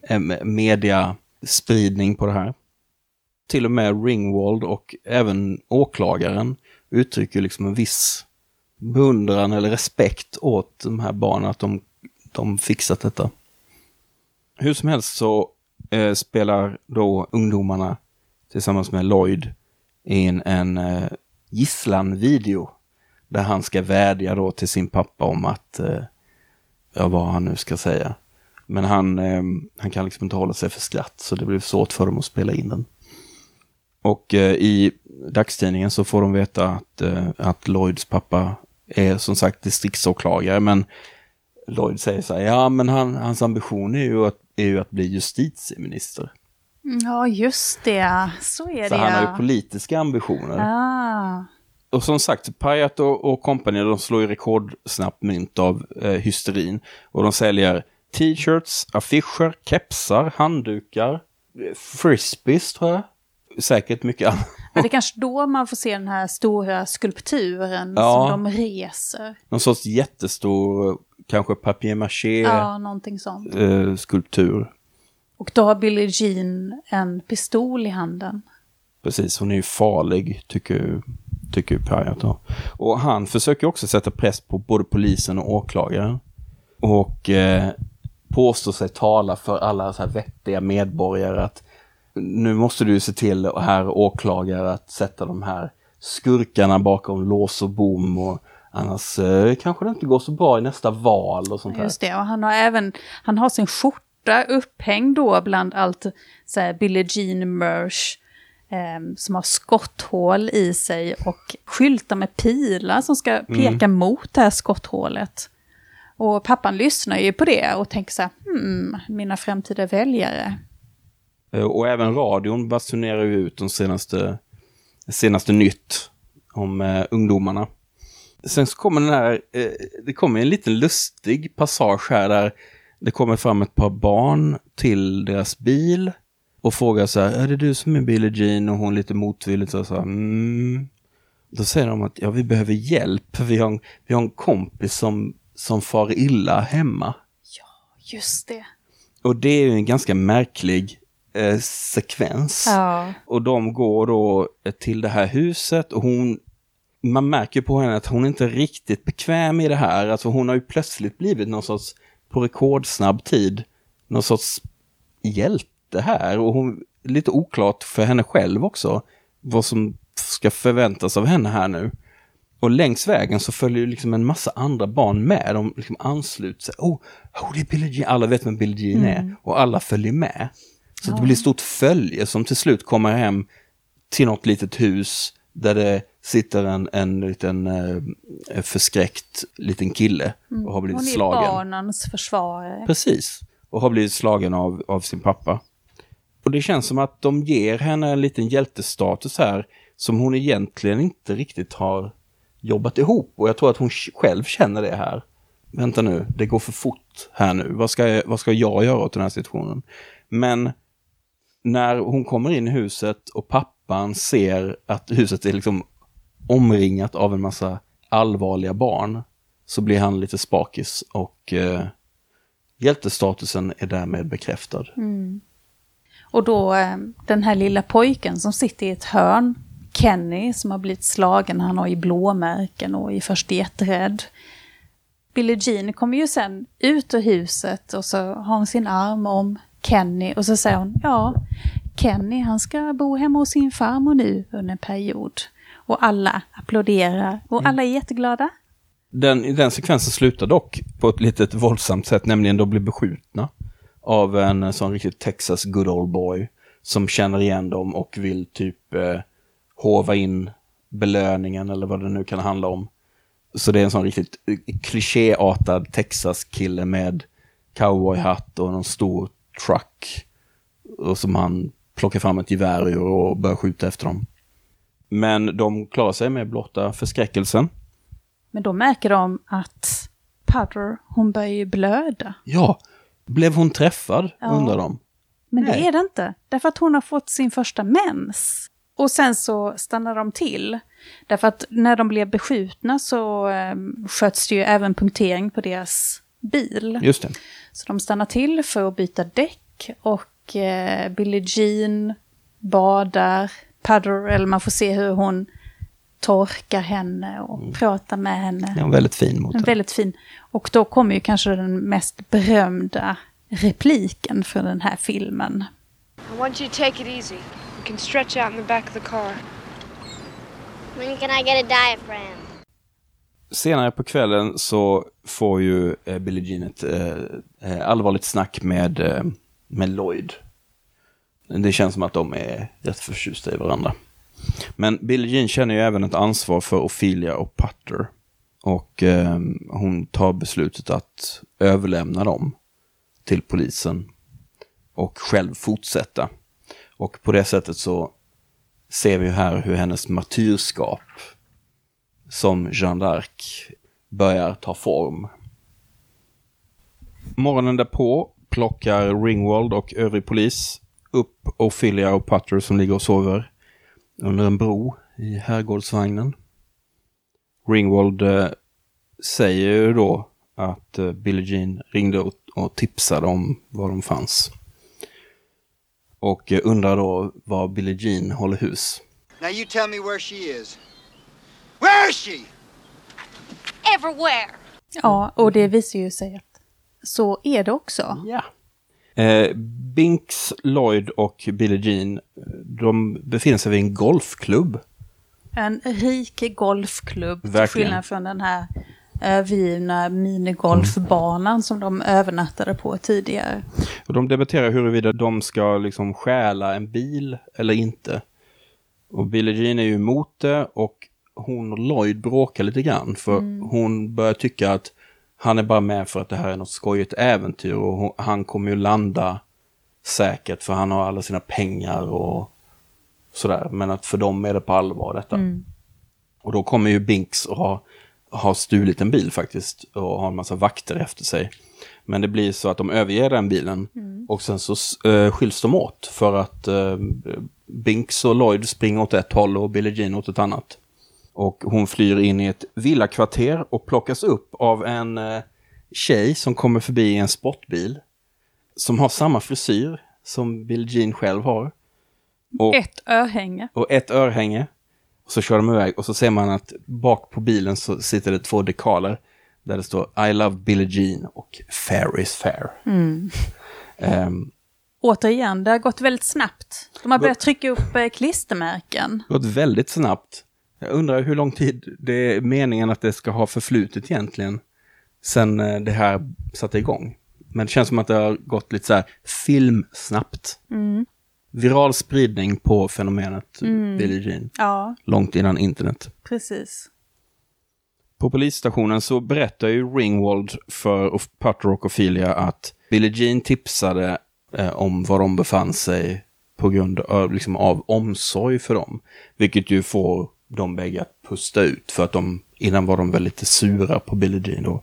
mediaspridning på det här. Till och med Ringwald och även åklagaren uttrycker liksom en viss beundran eller respekt åt de här barnen, att de, de fixat detta. Hur som helst så eh, spelar då ungdomarna tillsammans med Lloyd in en eh, gisslanvideo där han ska vädja då till sin pappa om att eh, ja, vad han nu ska säga. Men han, eh, han kan liksom inte hålla sig för skratt, så det blir svårt för dem att spela in den. Och eh, i dagstidningen så får de veta att, eh, att Lloyds pappa är som sagt distriktsåklagare, men Lloyd säger så här, ja men han, hans ambition är ju, att, är ju att bli justitieminister. Ja, just det. Så är så det. Så han har ju politiska ambitioner. Ah. Och som sagt, Pyatt och, och company, de slår ju rekordsnabbt mynt av eh, hysterin. Och de säljer t-shirts, affischer, kepsar, handdukar, frisbees tror jag. Säkert mycket annat. Det är kanske då man får se den här stora skulpturen Ja. som de reser. Någon sorts jättestor, kanske papier-maché Ja, någonting sånt. eh, skulptur. Och då har Billie Jean en pistol i handen. Precis, hon är ju farlig, tycker, tycker ju Pyatt då. Och han försöker också sätta press på både polisen och åklagaren. Och eh, påstår sig tala för alla så här vettiga medborgare att nu måste du se till, här åklagare, att sätta de här skurkarna bakom lås och bom, och annars eh, kanske det inte går så bra i nästa val och sånt där. Just det, och han har även, han har sin skjorta upphängd då bland allt så här Billie Jean merch eh, som har skotthål i sig och skyltar med pilar som ska peka mm. mot det här skotthålet. Och pappan lyssnar ju på det och tänker så här, hmm, mina framtida väljare. Och även radion basunerar ju ut de senaste, senaste nytt om eh, ungdomarna. Sen så kommer den här, eh, det kommer en liten lustig passage här där det kommer fram ett par barn till deras bil och frågar så här, är det du som är Billie Jean? Och hon lite motvilligt så här, mm. Då säger de att ja, vi behöver hjälp. Vi har en, vi har en kompis som, som far illa hemma. Ja, just det. Och det är ju en ganska märklig eh, sekvens. Ja. Och de går då till det här huset och hon, man märker på henne att hon inte är riktigt bekväm i det här. Alltså hon har ju plötsligt blivit någon sorts, på rekordsnabb tid, någon sorts hjälte här. Och hon, lite oklart för henne själv också vad som ska förväntas av henne här nu. Och längs vägen så följer ju liksom en massa andra barn med. De liksom ansluter sig. Oh, oh, det är Billie Jean. Alla vet vem Billie Jean är. Mm. Och alla följer med. Så ja. Det blir ett stort följe som till slut kommer hem till något litet hus där det sitter en, en liten eh, förskräckt liten kille och har blivit slagen. Hon är barnens försvarare. Precis. Och har blivit slagen av, av sin pappa. Och det känns som att de ger henne en liten hjältestatus här som hon egentligen inte riktigt har jobbat ihop. Och jag tror att hon själv känner det här. Vänta nu, det går för fort här nu. Vad ska jag, vad ska jag göra åt den här situationen? Men när hon kommer in i huset och pappan ser att huset är liksom omringat av en massa allvarliga barn, så blir han lite spakis och eh, hjältestatusen är därmed bekräftad. Mm. Och då eh, den här lilla pojken som sitter i ett hörn, Kenny, som har blivit slagen, han har ju blåmärken och är först jätterädd. Billie Jean kommer ju sen ut ur huset och så har hon sin arm om Kenny och så säger hon, ja, Kenny han ska bo hemma hos sin farmor nu under en period. Och alla applåderar och alla är jätteglada. Den, den sekvensen slutar dock på ett litet våldsamt sätt, nämligen då blir beskjutna av en sån riktigt Texas good old boy som känner igen dem och vill typ eh, hova in belöningen eller vad det nu kan handla om. Så det är en sån riktigt klichéartad Texas-kille med cowboyhatt och någon stor truck och som han plockar fram ett gevär ur och börjar skjuta efter dem. Men de klarar sig med blotta förskräckelsen. Men då märker de att Putter, hon börjar ju blöda. Ja, blev hon träffad, ja. Undrar de. Men Nej. det är det inte. Därför att hon har fått sin första mens. Och sen så stannar de till. Därför att när de blev beskjutna så eh, sköts det ju även punktering på deras bil. Just det. Så de stannar till för att byta däck. Och eh, Billie Jean badar. Putter, eller man får se hur hon torkar henne och mm. pratar med henne. Ja, väldigt fin mot henne. Väldigt fin. Och då kommer ju kanske den mest berömda repliken från den här filmen. I want you to take it easy. You can stretch out in the back of the car. When can I get a diaphragm? Senare på kvällen så får ju eh, Billie Jean ett eh, allvarligt snack med, eh, med Lloyd. Det känns som att de är rätt förtjusta i varandra. Men Billie Jean känner ju även ett ansvar för Ophelia och Putter. Och eh, hon tar beslutet att överlämna dem till polisen. Och själv fortsätta. Och på det sättet så ser vi här hur hennes martyrskap som Jeanne d'Arc börjar ta form. Morgonen därpå plockar Ringwald och övrig polis upp Ophelia och Putter som ligger och sover. under en bro i herrgårdsvagnen. Ringwald eh, säger ju då att eh, Billie Jean ringde och, och tipsade om var de fanns. Och eh, undrar då var Billie Jean håller hus. Now you tell me where she is. Where is she? Everywhere. Ja, och det visar ju sig att så är det också. Ja. Eh, Binks, Lloyd och Billie Jean, de befinner sig vid en golfklubb. En rik golfklubb, till Verkligen. skillnad från den här övergivna minigolfbanan som de övernattade på tidigare. Och de debatterar huruvida de ska liksom stjäla en bil eller inte. Och Billie Jean är ju emot det och hon och Lloyd bråkar lite grann. För mm. hon börjar tycka att han är bara med för att det här är något skojigt äventyr. Och hon, han kommer ju landa säkert för han har alla sina pengar och sådär. Men att för dem är det på allvar detta. Mm. Och då kommer ju Binks och ha, ha stulit en bil faktiskt. Och ha en massa vakter efter sig. Men det blir så att de överger den bilen. Mm. Och sen så uh, skiljs de åt. För att uh, Binks och Lloyd springer åt ett håll och Billie Jean åt ett annat. Och hon flyr in i ett villakvarter och plockas upp av en uh, tjej som kommer förbi i en sportbil. Som har samma frisyr som Billie Jean själv har. Och, ett örhänge. Och ett örhänge. Och så kör de iväg och så ser man att bak på bilen så sitter det två dekaler. Där det står I love Billie Jean och fair is fair. Mm. Um, Återigen, det har gått väldigt snabbt. De har börjat trycka upp eh, klistermärken. Det har gått väldigt snabbt. Jag undrar hur lång tid det är meningen att det ska ha förflutit egentligen. Sen eh, det här satte igång. Men det känns som att det har gått lite så här filmsnabbt. Mm. Viral spridning på fenomenet mm. Billie Jean. Ja. Långt innan internet. Precis. På polisstationen så berättar ju Ringwald för Putter och Ophelia att Billie Jean tipsade eh, om var de befann sig på grund av, liksom, av omsorg för dem. Vilket ju får de bägge att pusta ut för att de, innan var de väl lite sura på Billie Jean då.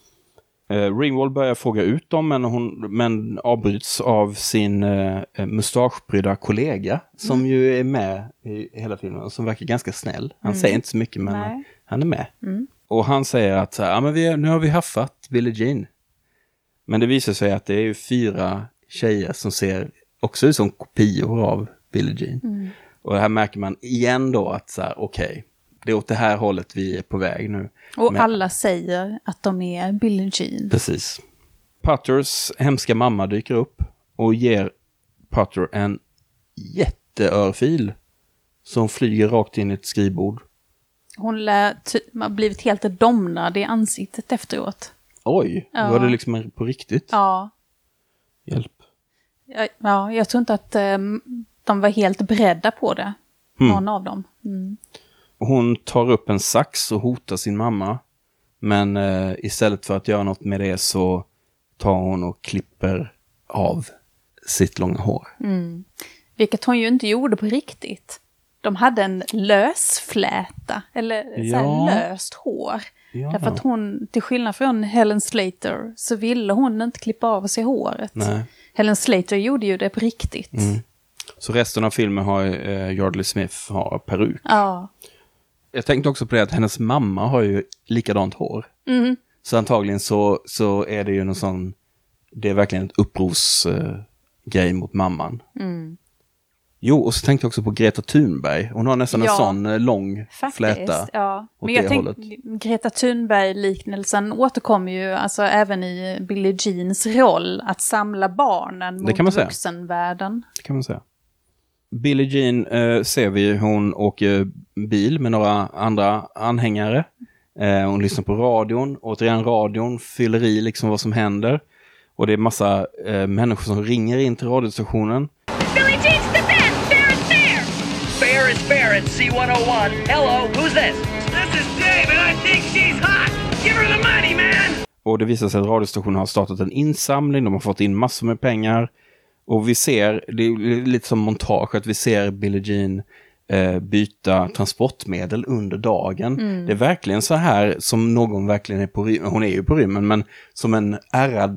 Eh, Ringwald börjar fråga ut dem men, hon, men avbryts av sin eh, mustaschbrydda kollega som mm. ju är med i hela filmen och som verkar ganska snäll. Han mm. säger inte så mycket men Nej. han är med. Mm. Och han säger att ja, men vi, nu har vi haffat Billie Jean. Men det visar sig att det är ju fyra tjejer som ser också ut som kopior av Billie Jean. Mm. Och här märker man igen då att så här, okej, okay, det är åt det här hållet vi är på väg nu. Och Men, alla säger att de är Billie Jean. Precis. Putters hemska mamma dyker upp och ger Putter en jätteörfil som flyger rakt in i ett skrivbord. Hon lär ty- har blivit helt domnad i ansiktet efteråt. Oj, ja. Var det liksom på riktigt? Ja. Hjälp. Ja, ja jag tror inte att um, de var helt beredda på det. Mm. Någon av dem. Mm. Hon tar upp en sax och hotar sin mamma. Men eh, istället för att göra något med det så tar hon och klipper av sitt långa hår. Mm. Vilket hon ju inte gjorde på riktigt. De hade en lösfläta. Eller ja. så här löst hår. Ja. Därför att hon, till skillnad från Helen Slater, så ville hon inte klippa av sig håret. Nej. Helen Slater gjorde ju det på riktigt. Mm. Så resten av filmen har eh, Yardley Smith har peruk. Ja. Jag tänkte också på det att hennes mamma har ju likadant hår. Mm. Så antagligen så, så är det ju någon sån, det är verkligen ett upprovsgrej eh, mot mamman. Mm. Jo, och så tänkte jag också på Greta Thunberg. Hon har nästan ja, en sån eh, lång faktiskt, fläta. Ja. Men jag tänkte, Greta Thunberg-liknelsen återkommer ju alltså även i Billie Jeans roll att samla barnen mot vuxenvärlden. Det kan man säga. Billie Jean eh, ser vi, hon åker bil med några andra anhängare. Eh, hon lyssnar på radion. Återigen radion fyller i liksom vad som händer. Och det är massa eh, människor som ringer in till radiostationen. Billie Jean, step in! Bear is there! Bear is Bear at C one oh one. Hello, who's this? This is Dave and I think she's hot! Give her the money, man! Och det visar sig att radiostationen har startat en insamling. De har fått in massor med pengar. Och vi ser, det är lite som montage, att vi ser Billie Jean eh, byta transportmedel under dagen. Mm. Det är verkligen så här som någon verkligen är på rymmen. Hon är ju på rymmen, men som en ärrad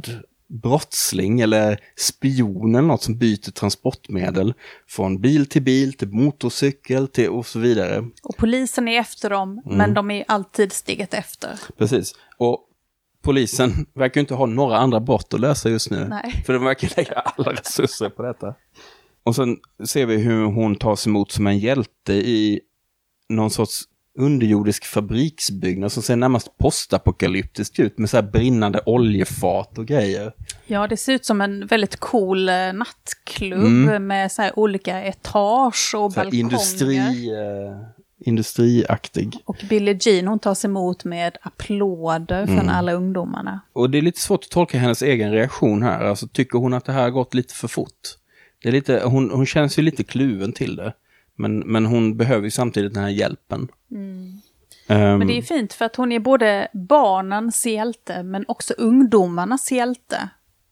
brottsling eller spion eller något som byter transportmedel från bil till bil, till motorcykel till och så vidare. Och polisen är efter dem, mm. men de är alltid steget efter. Precis. Och polisen verkar inte ha några andra brott att lösa just nu. Nej. För de verkar lägga alla resurser på detta. Och sen ser vi hur hon tas emot som en hjälte i någon sorts underjordisk fabriksbyggnad som ser närmast postapokalyptiskt ut med så här brinnande oljefat och grejer. Ja, det ser ut som en väldigt cool eh, nattklubb Mm. med så här olika etage och Så här balkonger. industri, eh, industriaktig. Och Billie Jean, hon tas emot med applåder från Mm. alla ungdomarna. Och det är lite svårt att tolka hennes egen reaktion här. Alltså tycker hon att det här har gått lite för fort? Det är lite, hon, hon känns ju lite kluven till det. Men, men hon behöver ju samtidigt den här hjälpen. Mm. Um, Men det är fint för att hon är både barnens hjälte men också ungdomarnas hjälte.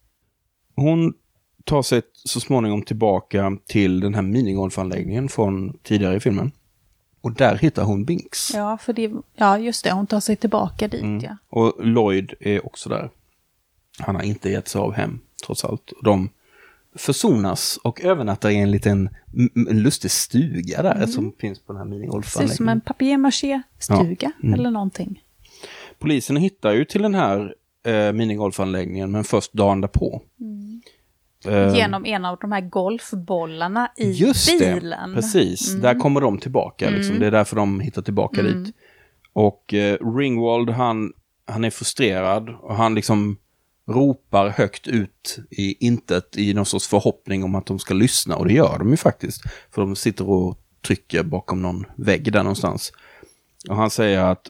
Hon tar sig så småningom tillbaka till den här minigolfanläggningen från tidigare i filmen. Och där hittar hon Binks. Ja, för det, ja just det, hon tar sig tillbaka dit. Mm. Ja. Och Lloyd är också där. Han har inte gett sig av hem, trots allt. Och de försonas och övernattar i en liten m- m- lustig stuga där mm. som finns på den här minigolfanläggningen. Ser som en papier-maché-stuga Ja. Mm. eller någonting. Polisen hittar ju till den här eh, minigolfanläggningen, men först dagen därpå. Mm. Eh, Genom en av de här golfbollarna i just bilen. Det, precis. Mm. Där kommer de tillbaka. Liksom. Mm. Det är därför de hittar tillbaka Mm. dit. Och eh, Ringwald, han, han är frustrerad och han liksom ropar högt ut i intet i någon sorts förhoppning om att de ska lyssna. Och det gör de ju faktiskt. För de sitter och trycker bakom någon vägg där någonstans. Och han säger att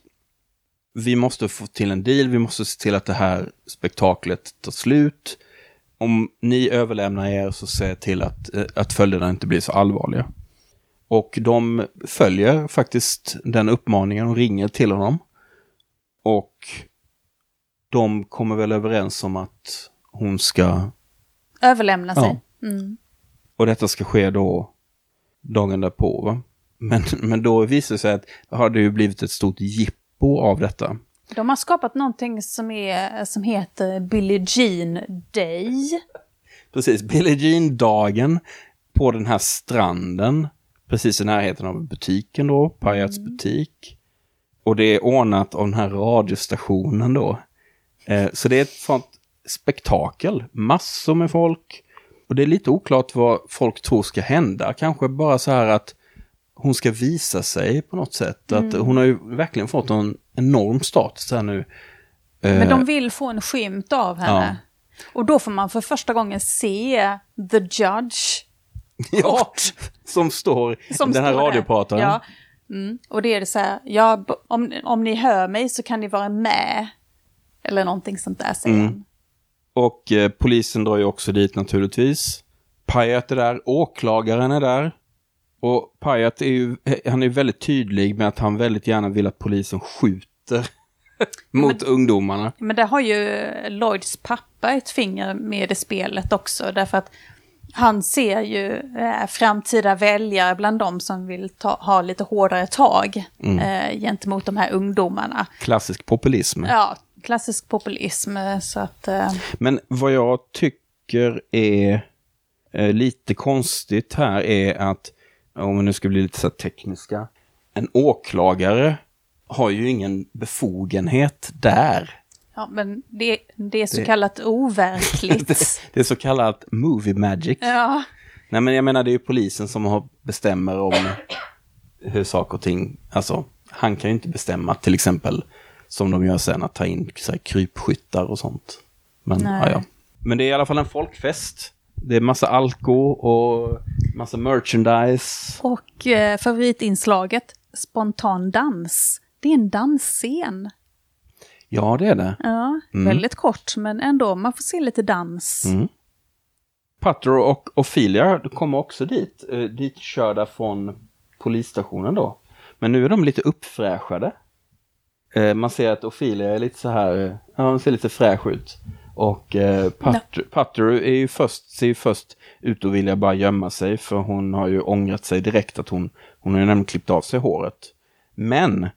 vi måste få till en deal. Vi måste se till att det här spektaklet tar slut. Om ni överlämnar er så se till att, att följderna inte blir så allvarliga. Och de följer faktiskt den uppmaningen och ringer till honom. Och de kommer väl överens om att hon ska... Överlämna sig. Ja. Mm. Och detta ska ske då dagen därpå, va? Men, men då visar det sig att har det ju blivit ett stort jippo av detta. De har skapat någonting som, är, som heter Billie Jean Day. Precis, Billie Jean-dagen på den här stranden. Precis i närheten av butiken då, Pajats mm. butik. Och det är ordnat av den här radiostationen då. Eh, så det är ett sånt spektakel. Massor med folk. Och det är lite oklart vad folk tror ska hända. Kanske bara så här att hon ska visa sig på något sätt. Mm. Att hon har ju verkligen fått en enorm status här nu. Men de vill få en skymt av henne. Ja. Och då får man för första gången se The Judge. Ja, som står som den här står radioprataren. Ja. Mm. Och det är det så här, ja, om, om ni hör mig så kan ni vara med. Eller någonting sånt där, säger mm. han. Och eh, polisen drar ju också dit naturligtvis. Pyatt är där, åklagaren är där. Och Pyatt är ju, han är väldigt tydlig med att han väldigt gärna vill att polisen skjuter mot men, ungdomarna. Men det har ju Lloyds pappa ett finger med i spelet också. Därför att han ser ju eh, framtida väljare bland dem som vill ta, ha lite hårdare tag mm. eh, gentemot de här ungdomarna. Klassisk populism. Ja, klassisk populism. Så att, eh... Men vad jag tycker är eh, lite konstigt här är att, om vi nu ska bli lite så tekniska, en åklagare har ju ingen befogenhet där. Ja, men det, det är så det, kallat overkligt. det, det är så kallat movie magic. Ja. Nej, men jag menar det är ju polisen som har bestämmer om hur saker och ting, alltså han kan ju inte bestämma till exempel som de gör sen att ta in så här, krypskyttar och sånt. Men, ja, ja. Men det är i alla fall en folkfest. Det är massa alko och massa merchandise. Och eh, favoritinslaget, spontan dans. Det är en dansscen. Ja, det är det. Ja, mm. väldigt kort, men ändå, man får se lite dans. Mm. Putter och Ophelia kommer också dit. Eh, dit körda från polisstationen då. Men nu är de lite uppfräschade. Eh, man ser att Ophelia är lite så här, ja, hon ser lite fräsch ut. Och eh, Putter, Putter är ju först, ser ju först ut och vilja bara gömma sig. För hon har ju ångrat sig direkt att hon, hon har ju nämligen klippt av sig håret. Men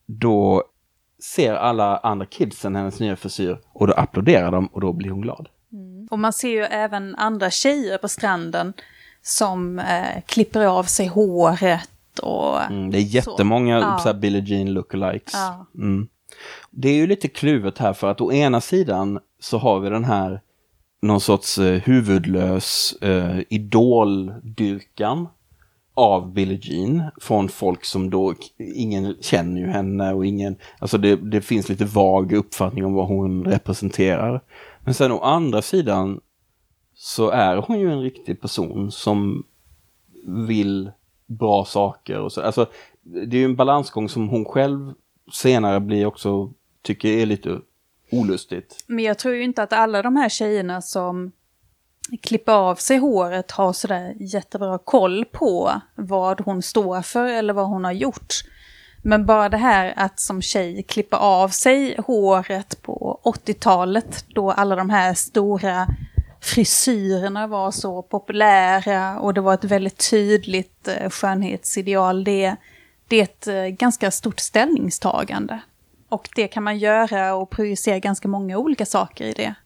då ser alla andra kidsen hennes nya frisyr och då applåderar de och då blir hon glad. Mm. Och man ser ju även andra tjejer på stranden som eh, klipper av sig håret. Och mm, det är jättemånga så. Så här Billie Jean lookalikes. Ja. Mm. Det är ju lite kluvet här för att å ena sidan så har vi den här någon sorts eh, huvudlös eh, idoldyrkan av Billie Jean från folk som då ingen känner ju henne och ingen, alltså det, det finns lite vag uppfattning om vad hon representerar. Men sen å andra sidan så är hon ju en riktig person som vill bra saker och så. Alltså det är ju en balansgång som hon själv senare blir också, tycker är lite olustigt. Men jag tror ju inte att alla de här tjejerna som klipper av sig håret har sådär jättebra koll på vad hon står för eller vad hon har gjort. Men bara det här att som tjej klippa av sig håret på åttiotalet då alla de här stora frisyrerna var så populära och det var ett väldigt tydligt eh, skönhetsideal. Det, det är ett eh, ganska stort ställningstagande. Och det kan man göra och projicera ganska många olika saker i det.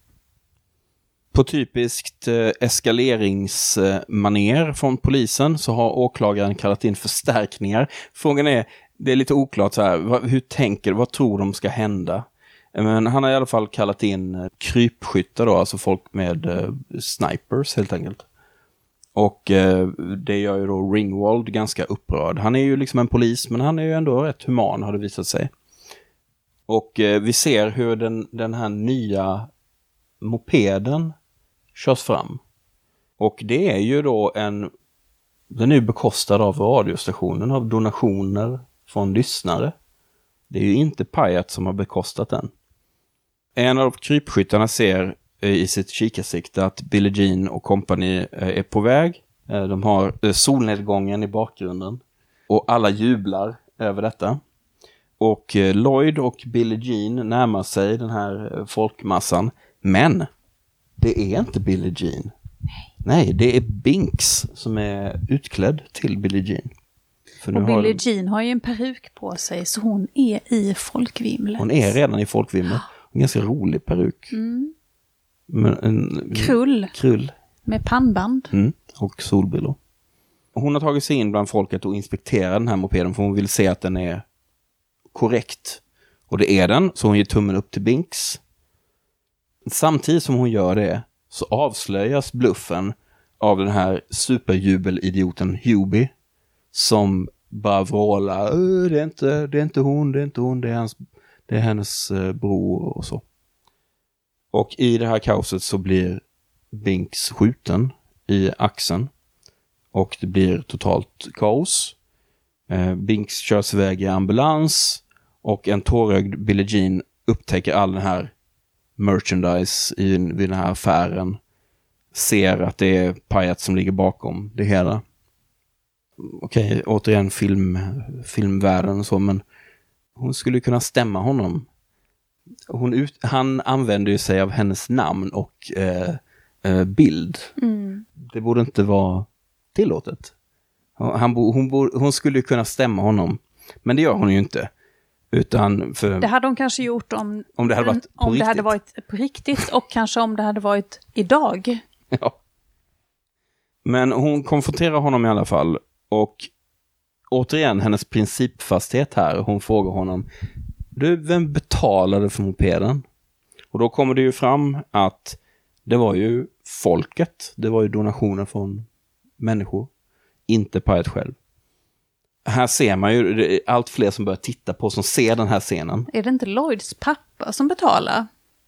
På typiskt eh, eskaleringsmaner från polisen så har åklagaren kallat in förstärkningar. Frågan är, det är lite oklart så här, vad, hur tänker, vad tror de ska hända? Men han har i alla fall kallat in krypskyttar då, alltså folk med eh, snipers helt enkelt. Och eh, det gör ju då Ringwald ganska upprörd. Han är ju liksom en polis, men han är ju ändå rätt human har det visat sig. Och eh, vi ser hur den, den här nya mopeden körs fram. Och det är ju då en, den är ju bekostad av radiostationen, av donationer från lyssnare. Det är ju inte Pyatt som har bekostat den. En av krypskyttarna ser i sitt kikarsikte att Billie Jean och company är på väg. De har solnedgången i bakgrunden. Och alla jublar över detta. Och Lloyd och Billie Jean närmar sig den här folkmassan. Men det är inte Billie Jean. Nej, det är Binks som är utklädd till Billie Jean. För och Billie har... Jean har ju en peruk på sig så hon är i folkvimlet. Hon är redan i folkvimlet. En ganska rolig peruk. Mm. Men en, krull. Krull. Med pannband. Mm. Och solbrillor. Hon har tagit sig in bland folket och inspekterar den här mopeden för hon vill se att den är korrekt. Och det är den, så hon ger tummen upp till Binks. Samtidigt som hon gör det så avslöjas bluffen av den här superjubelidioten Hubie som bara vrålar, det är inte, det är inte hon, det är inte hon, det är, hans, det är hennes eh, bror och så. Och i det här kaoset så blir Binks skjuten i axeln och det blir totalt kaos. Eh, Binks körs iväg i ambulans och en tårögd Billie Jean upptäcker all den här merchandise i, vid den här affären, ser att det är Pyatt som ligger bakom det hela. Okej, okay, återigen film, filmvärlden och så, men hon skulle kunna stämma honom. Hon ut, han använder ju sig av hennes namn och eh, eh, bild. Mm. Det borde inte vara tillåtet. Han, hon, hon skulle kunna stämma honom, men det gör hon ju inte. Utan för, det hade hon kanske gjort om, om, det hade, varit på om riktigt. det hade varit på riktigt och kanske om det hade varit idag. Ja. Men hon konfronterar honom i alla fall och återigen hennes principfasthet här. Hon frågar honom, du, vem betalade för mopeden? Och då kommer det ju fram att det var ju folket. Det var ju donationer från människor. Inte Pyatt själv. Här ser man ju det är allt fler som börjar titta på, som ser den här scenen. Är det inte Lloyds pappa som betalar?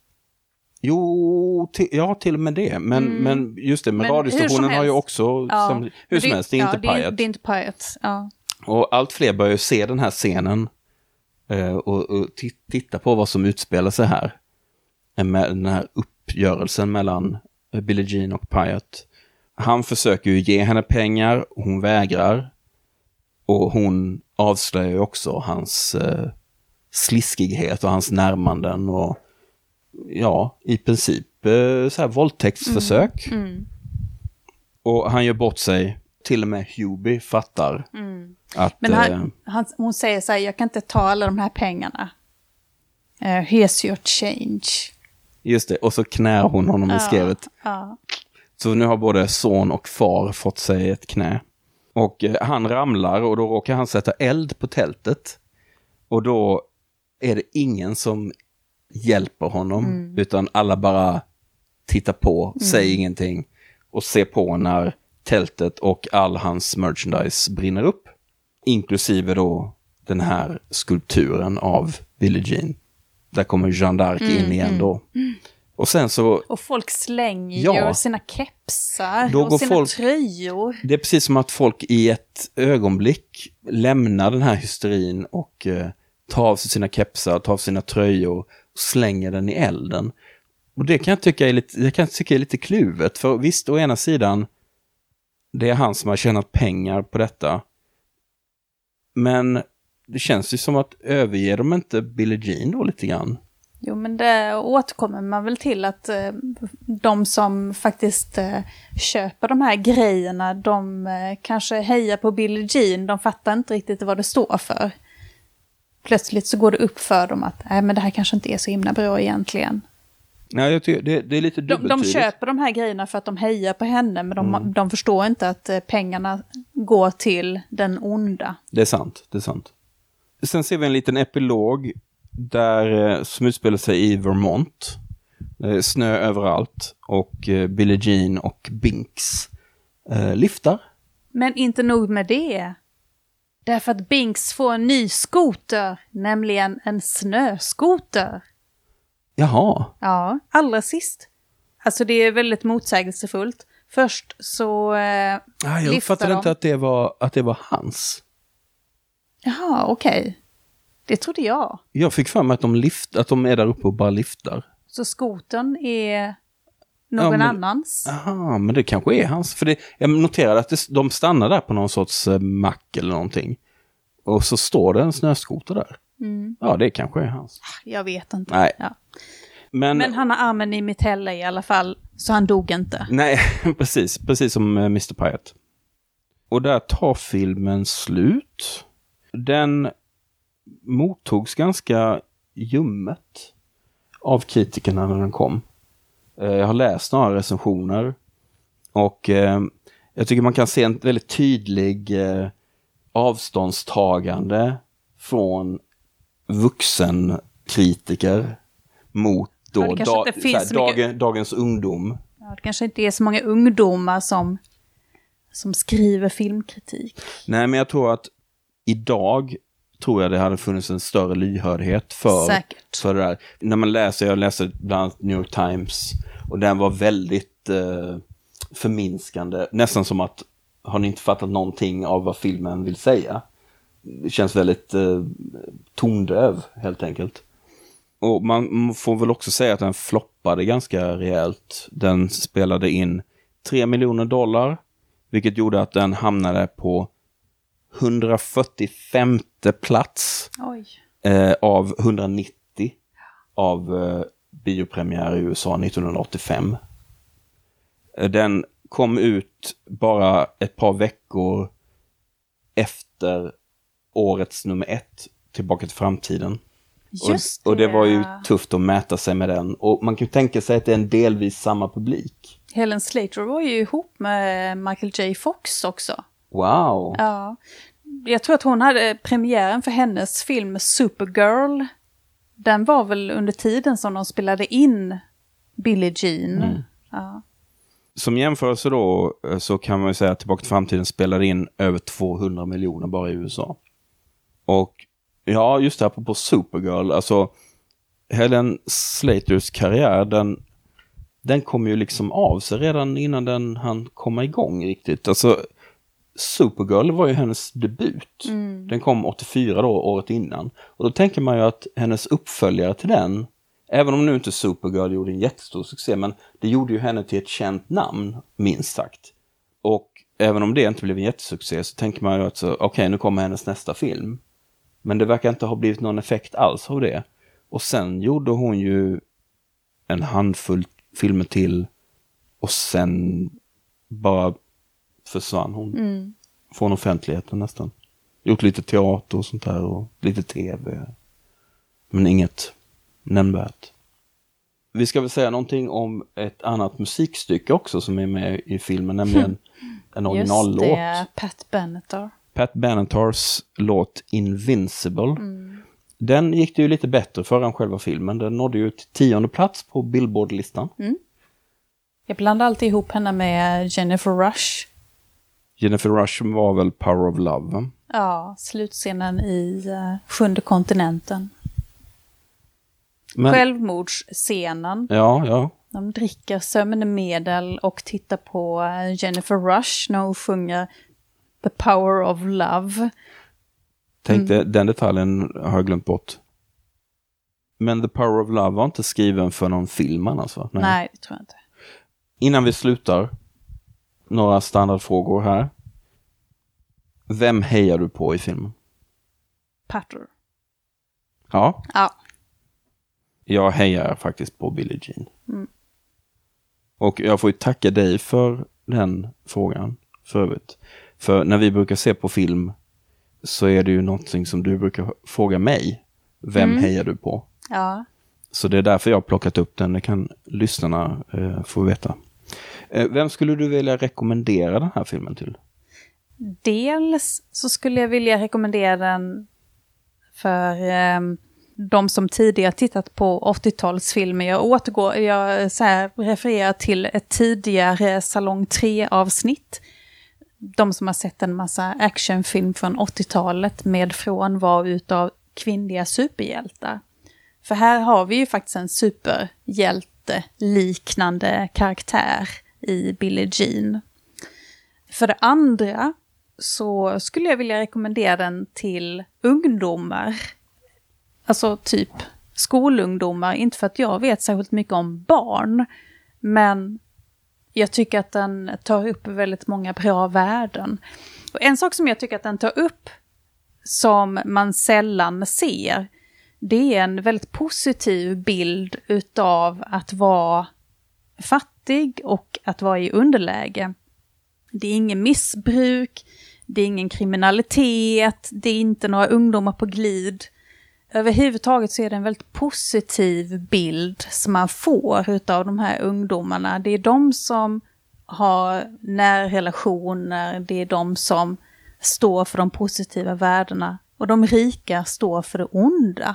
Jo, till, ja till och med det. Men, mm. men just det, med men radiostationen har ju också, ja, som, hur som det, helst, det är ja, inte Pyatt. Det är inte Pyatt, ja. Och allt fler börjar se den här scenen eh, och, och t- titta på vad som utspelar sig här. Med den här uppgörelsen mellan Billie Jean och Pyatt. Han försöker ju ge henne pengar, och hon vägrar. Och hon avslöjar ju också hans eh, sliskighet och hans närmanden och ja, i princip eh, så här våldtäktsförsök. Mm. Mm. Och han gör bort sig. Till och med Hubie fattar mm. att... Men han, eh, han, hon säger så här, jag kan inte ta alla de här pengarna. Uh, here's your change. Just det, och så knär hon honom i skrevet. Ja. Så nu har både son och far fått sig ett knä. Och eh, han ramlar och då råkar han sätta eld på tältet. Och då är det ingen som hjälper honom. Mm. Utan alla bara tittar på, mm. säger ingenting. Och ser på när tältet och all hans merchandise brinner upp. Inklusive då den här skulpturen av Billie Jean. Där kommer Jeanne d'Arc mm, in igen då. Mm. Och sen så... Och folk slänger ja, ju sina kepsar då och går sina folk, tröjor. Det är precis som att folk i ett ögonblick lämnar den här hysterin och eh, tar av sig sina kepsar, tar av sina tröjor och slänger den i elden. Och det kan jag tycka är lite, det kan jag tycka är lite kluvet. För visst, å ena sidan, det är han som har tjänat pengar på detta. Men det känns ju som att överger de inte Billie Jean då lite grann. Jo, men det återkommer man väl till att eh, de som faktiskt eh, köper de här grejerna, de eh, kanske hejar på Billie Jean, de fattar inte riktigt vad det står för. Plötsligt så går det upp för dem att nej, men det här kanske inte är så himla bra egentligen. Nej, jag tycker det, det är lite dubbeltydigt. De, de köper de här grejerna för att de hejar på henne, men de, mm. de förstår inte att eh, pengarna går till den onda. Det är sant, det är sant. Sen ser vi en liten epilog där, som utspelar sig i Vermont. Snö överallt och eh, Billie Jean och Binks eh, lyftar. Men inte nog med det. Därför att Binks får en ny skoter, nämligen en snöskoter. Jaha. Ja, allra sist. Alltså det är väldigt motsägelsefullt. Först så eh, ah, jag uppfattade inte att det var, att det var hans. Jaha, okej. Okay. Det trodde jag. Jag fick för mig att de, lift, att de är där uppe och bara lyftar. Så skotern är någon ja, men, annans? Jaha, men det kanske är hans. För det, jag noterade att det, de stannar där på någon sorts eh, mack eller någonting. Och så står det en snöskoter där. Mm. Ja, det kanske är hans. Jag vet inte. Nej. Ja. Men, men han har armen i mitella i alla fall, så han dog inte. Nej, precis. Precis som uh, mister Pyatt. Och där tar filmen slut. Den mottogs ganska ljummet av kritikerna när den kom. Uh, jag har läst några recensioner. Och uh, jag tycker man kan se en väldigt tydlig uh, avståndstagande från vuxenkritiker mot då ja, da, såhär, dagen, mycket... dagens ungdom. Ja, det kanske inte är så många ungdomar som, som skriver filmkritik. Nej, men jag tror att idag tror jag det hade funnits en större lyhördhet för, för det där. När man läser, jag läser bland annat New York Times och den var väldigt eh, förminskande. Nästan som att har ni inte fattat någonting av vad filmen vill säga? Det känns väldigt eh, tondöv helt enkelt. Och man får väl också säga att den floppade ganska rejält. Den spelade in tre miljoner dollar. Vilket gjorde att den hamnade på hundrafyrtiofemte plats. Oj. Eh, av hundranittio av eh, biopremiär i U S A nittonhundraåttiofem. Eh, den kom ut bara ett par veckor efter årets nummer ett, Tillbaka till framtiden. Just och, och det var ju tufft att mäta sig med den. Och man kan ju tänka sig att det är en delvis samma publik. Helen Slater var ju ihop med Michael J. Fox också. Wow. Ja. Jag tror att hon hade premiären för hennes film Supergirl. Den var väl under tiden som de spelade in Billie Jean. Mm. Ja. Som jämförelse då så kan man ju säga att Tillbaka till framtiden spelade in över tvåhundra miljoner bara i U S A. Och ja, just det här på Supergirl, alltså Helen Slaters karriär, den, den kom ju liksom av sig redan innan den han komma igång riktigt. Alltså Supergirl var ju hennes debut. Mm. Den kom åttiofyra då, året innan. Och då tänker man ju att hennes uppföljare till den, även om nu inte Supergirl gjorde en jättestor succé, men det gjorde ju henne till ett känt namn, minst sagt. Och även om det inte blev en jättesuccé så tänker man ju att okej, okay, nu kommer hennes nästa film. Men det verkar inte ha blivit någon effekt alls av det. Och sen gjorde hon ju en handfull filmer till och sen bara försvann hon mm. från offentligheten nästan. Gjort lite teater och sånt där och lite tv. Men inget nämnvärt. Vi ska väl säga någonting om ett annat musikstycke också som är med i filmen, nämligen en originallåt. Just det, Pat Benatar. Pat Benatars låt Invincible. Mm. Den gick det ju lite bättre för än själva filmen. Den nådde ju till tionde plats på Billboard-listan. Mm. Jag blandade alltid ihop henne med Jennifer Rush. Jennifer Rush var väl Power of Love? Ja, slutscenen i uh, Sjunde kontinenten. Men, självmordsscenen. Ja, ja. De dricker sömnmedel och tittar på Jennifer Rush när hon sjunger The Power of Love. Tänkte, mm. den detaljen har jag glömt bort. Men The Power of Love var inte skriven för någon film annars, va? Nej. Nej, det tror jag inte. Innan vi slutar, några standardfrågor här. Vem hejar du på i filmen? Patter. Ja. Ja. Jag hejar faktiskt på Billie Jean. Mm. Och jag får ju tacka dig för den frågan för övrigt. För när vi brukar se på film så är det ju någonting som du brukar fråga mig. Vem mm. hejar du på? Ja. Så det är därför jag har plockat upp den. Det kan lyssnarna eh, få veta. Eh, vem skulle du vilja rekommendera den här filmen till? Dels så skulle jag vilja rekommendera den för eh, de som tidigare tittat på åttiotalsfilmer. Jag återgår, jag så här, refererar till ett tidigare Salong tre-avsnitt. De som har sett en massa actionfilm från åttiotalet med frånvaro utav kvinnliga superhjältar. För här har vi ju faktiskt en superhjälte-liknande karaktär i Billie Jean. För det andra så skulle jag vilja rekommendera den till ungdomar. Alltså typ skolungdomar. Inte för att jag vet särskilt mycket om barn. Men jag tycker att den tar upp väldigt många bra värden. Och en sak som jag tycker att den tar upp som man sällan ser, det är en väldigt positiv bild utav att vara fattig och att vara i underläge. Det är ingen missbruk, det är ingen kriminalitet, det är inte några ungdomar på glid. Överhuvudtaget så är det en väldigt positiv bild som man får utav de här ungdomarna. Det är de som har närrelationer, det är de som står för de positiva värdena. Och de rika står för det onda.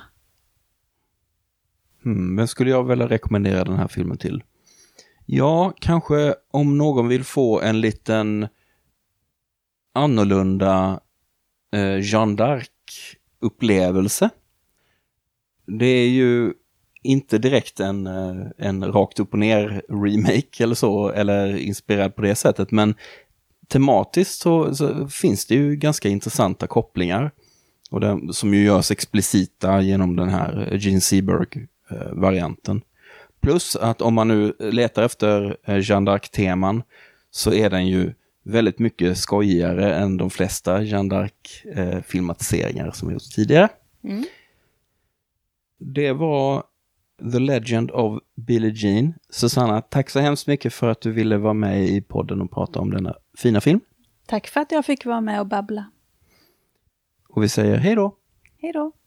Hmm, vem skulle jag vilja rekommendera den här filmen till? Ja, kanske om någon vill få en liten annorlunda eh, Jeanne d'Arc-upplevelse. Det är ju inte direkt en, en rakt upp och ner remake eller så, eller inspirerad på det sättet, men tematiskt så, så finns det ju ganska intressanta kopplingar och det, som ju görs explicita genom den här Gene Seberg-varianten. Plus att om man nu letar efter Jeanne d'Arc-teman så är den ju väldigt mycket skojigare än de flesta Jeanne d'Arc-filmatiseringar som gjorts tidigare. Mm. Det var The Legend of Billie Jean. Susanna, tack så hemskt mycket för att du ville vara med i podden och prata om denna fina film. Tack för att jag fick vara med och babbla. Och vi säger hej då. Hej då.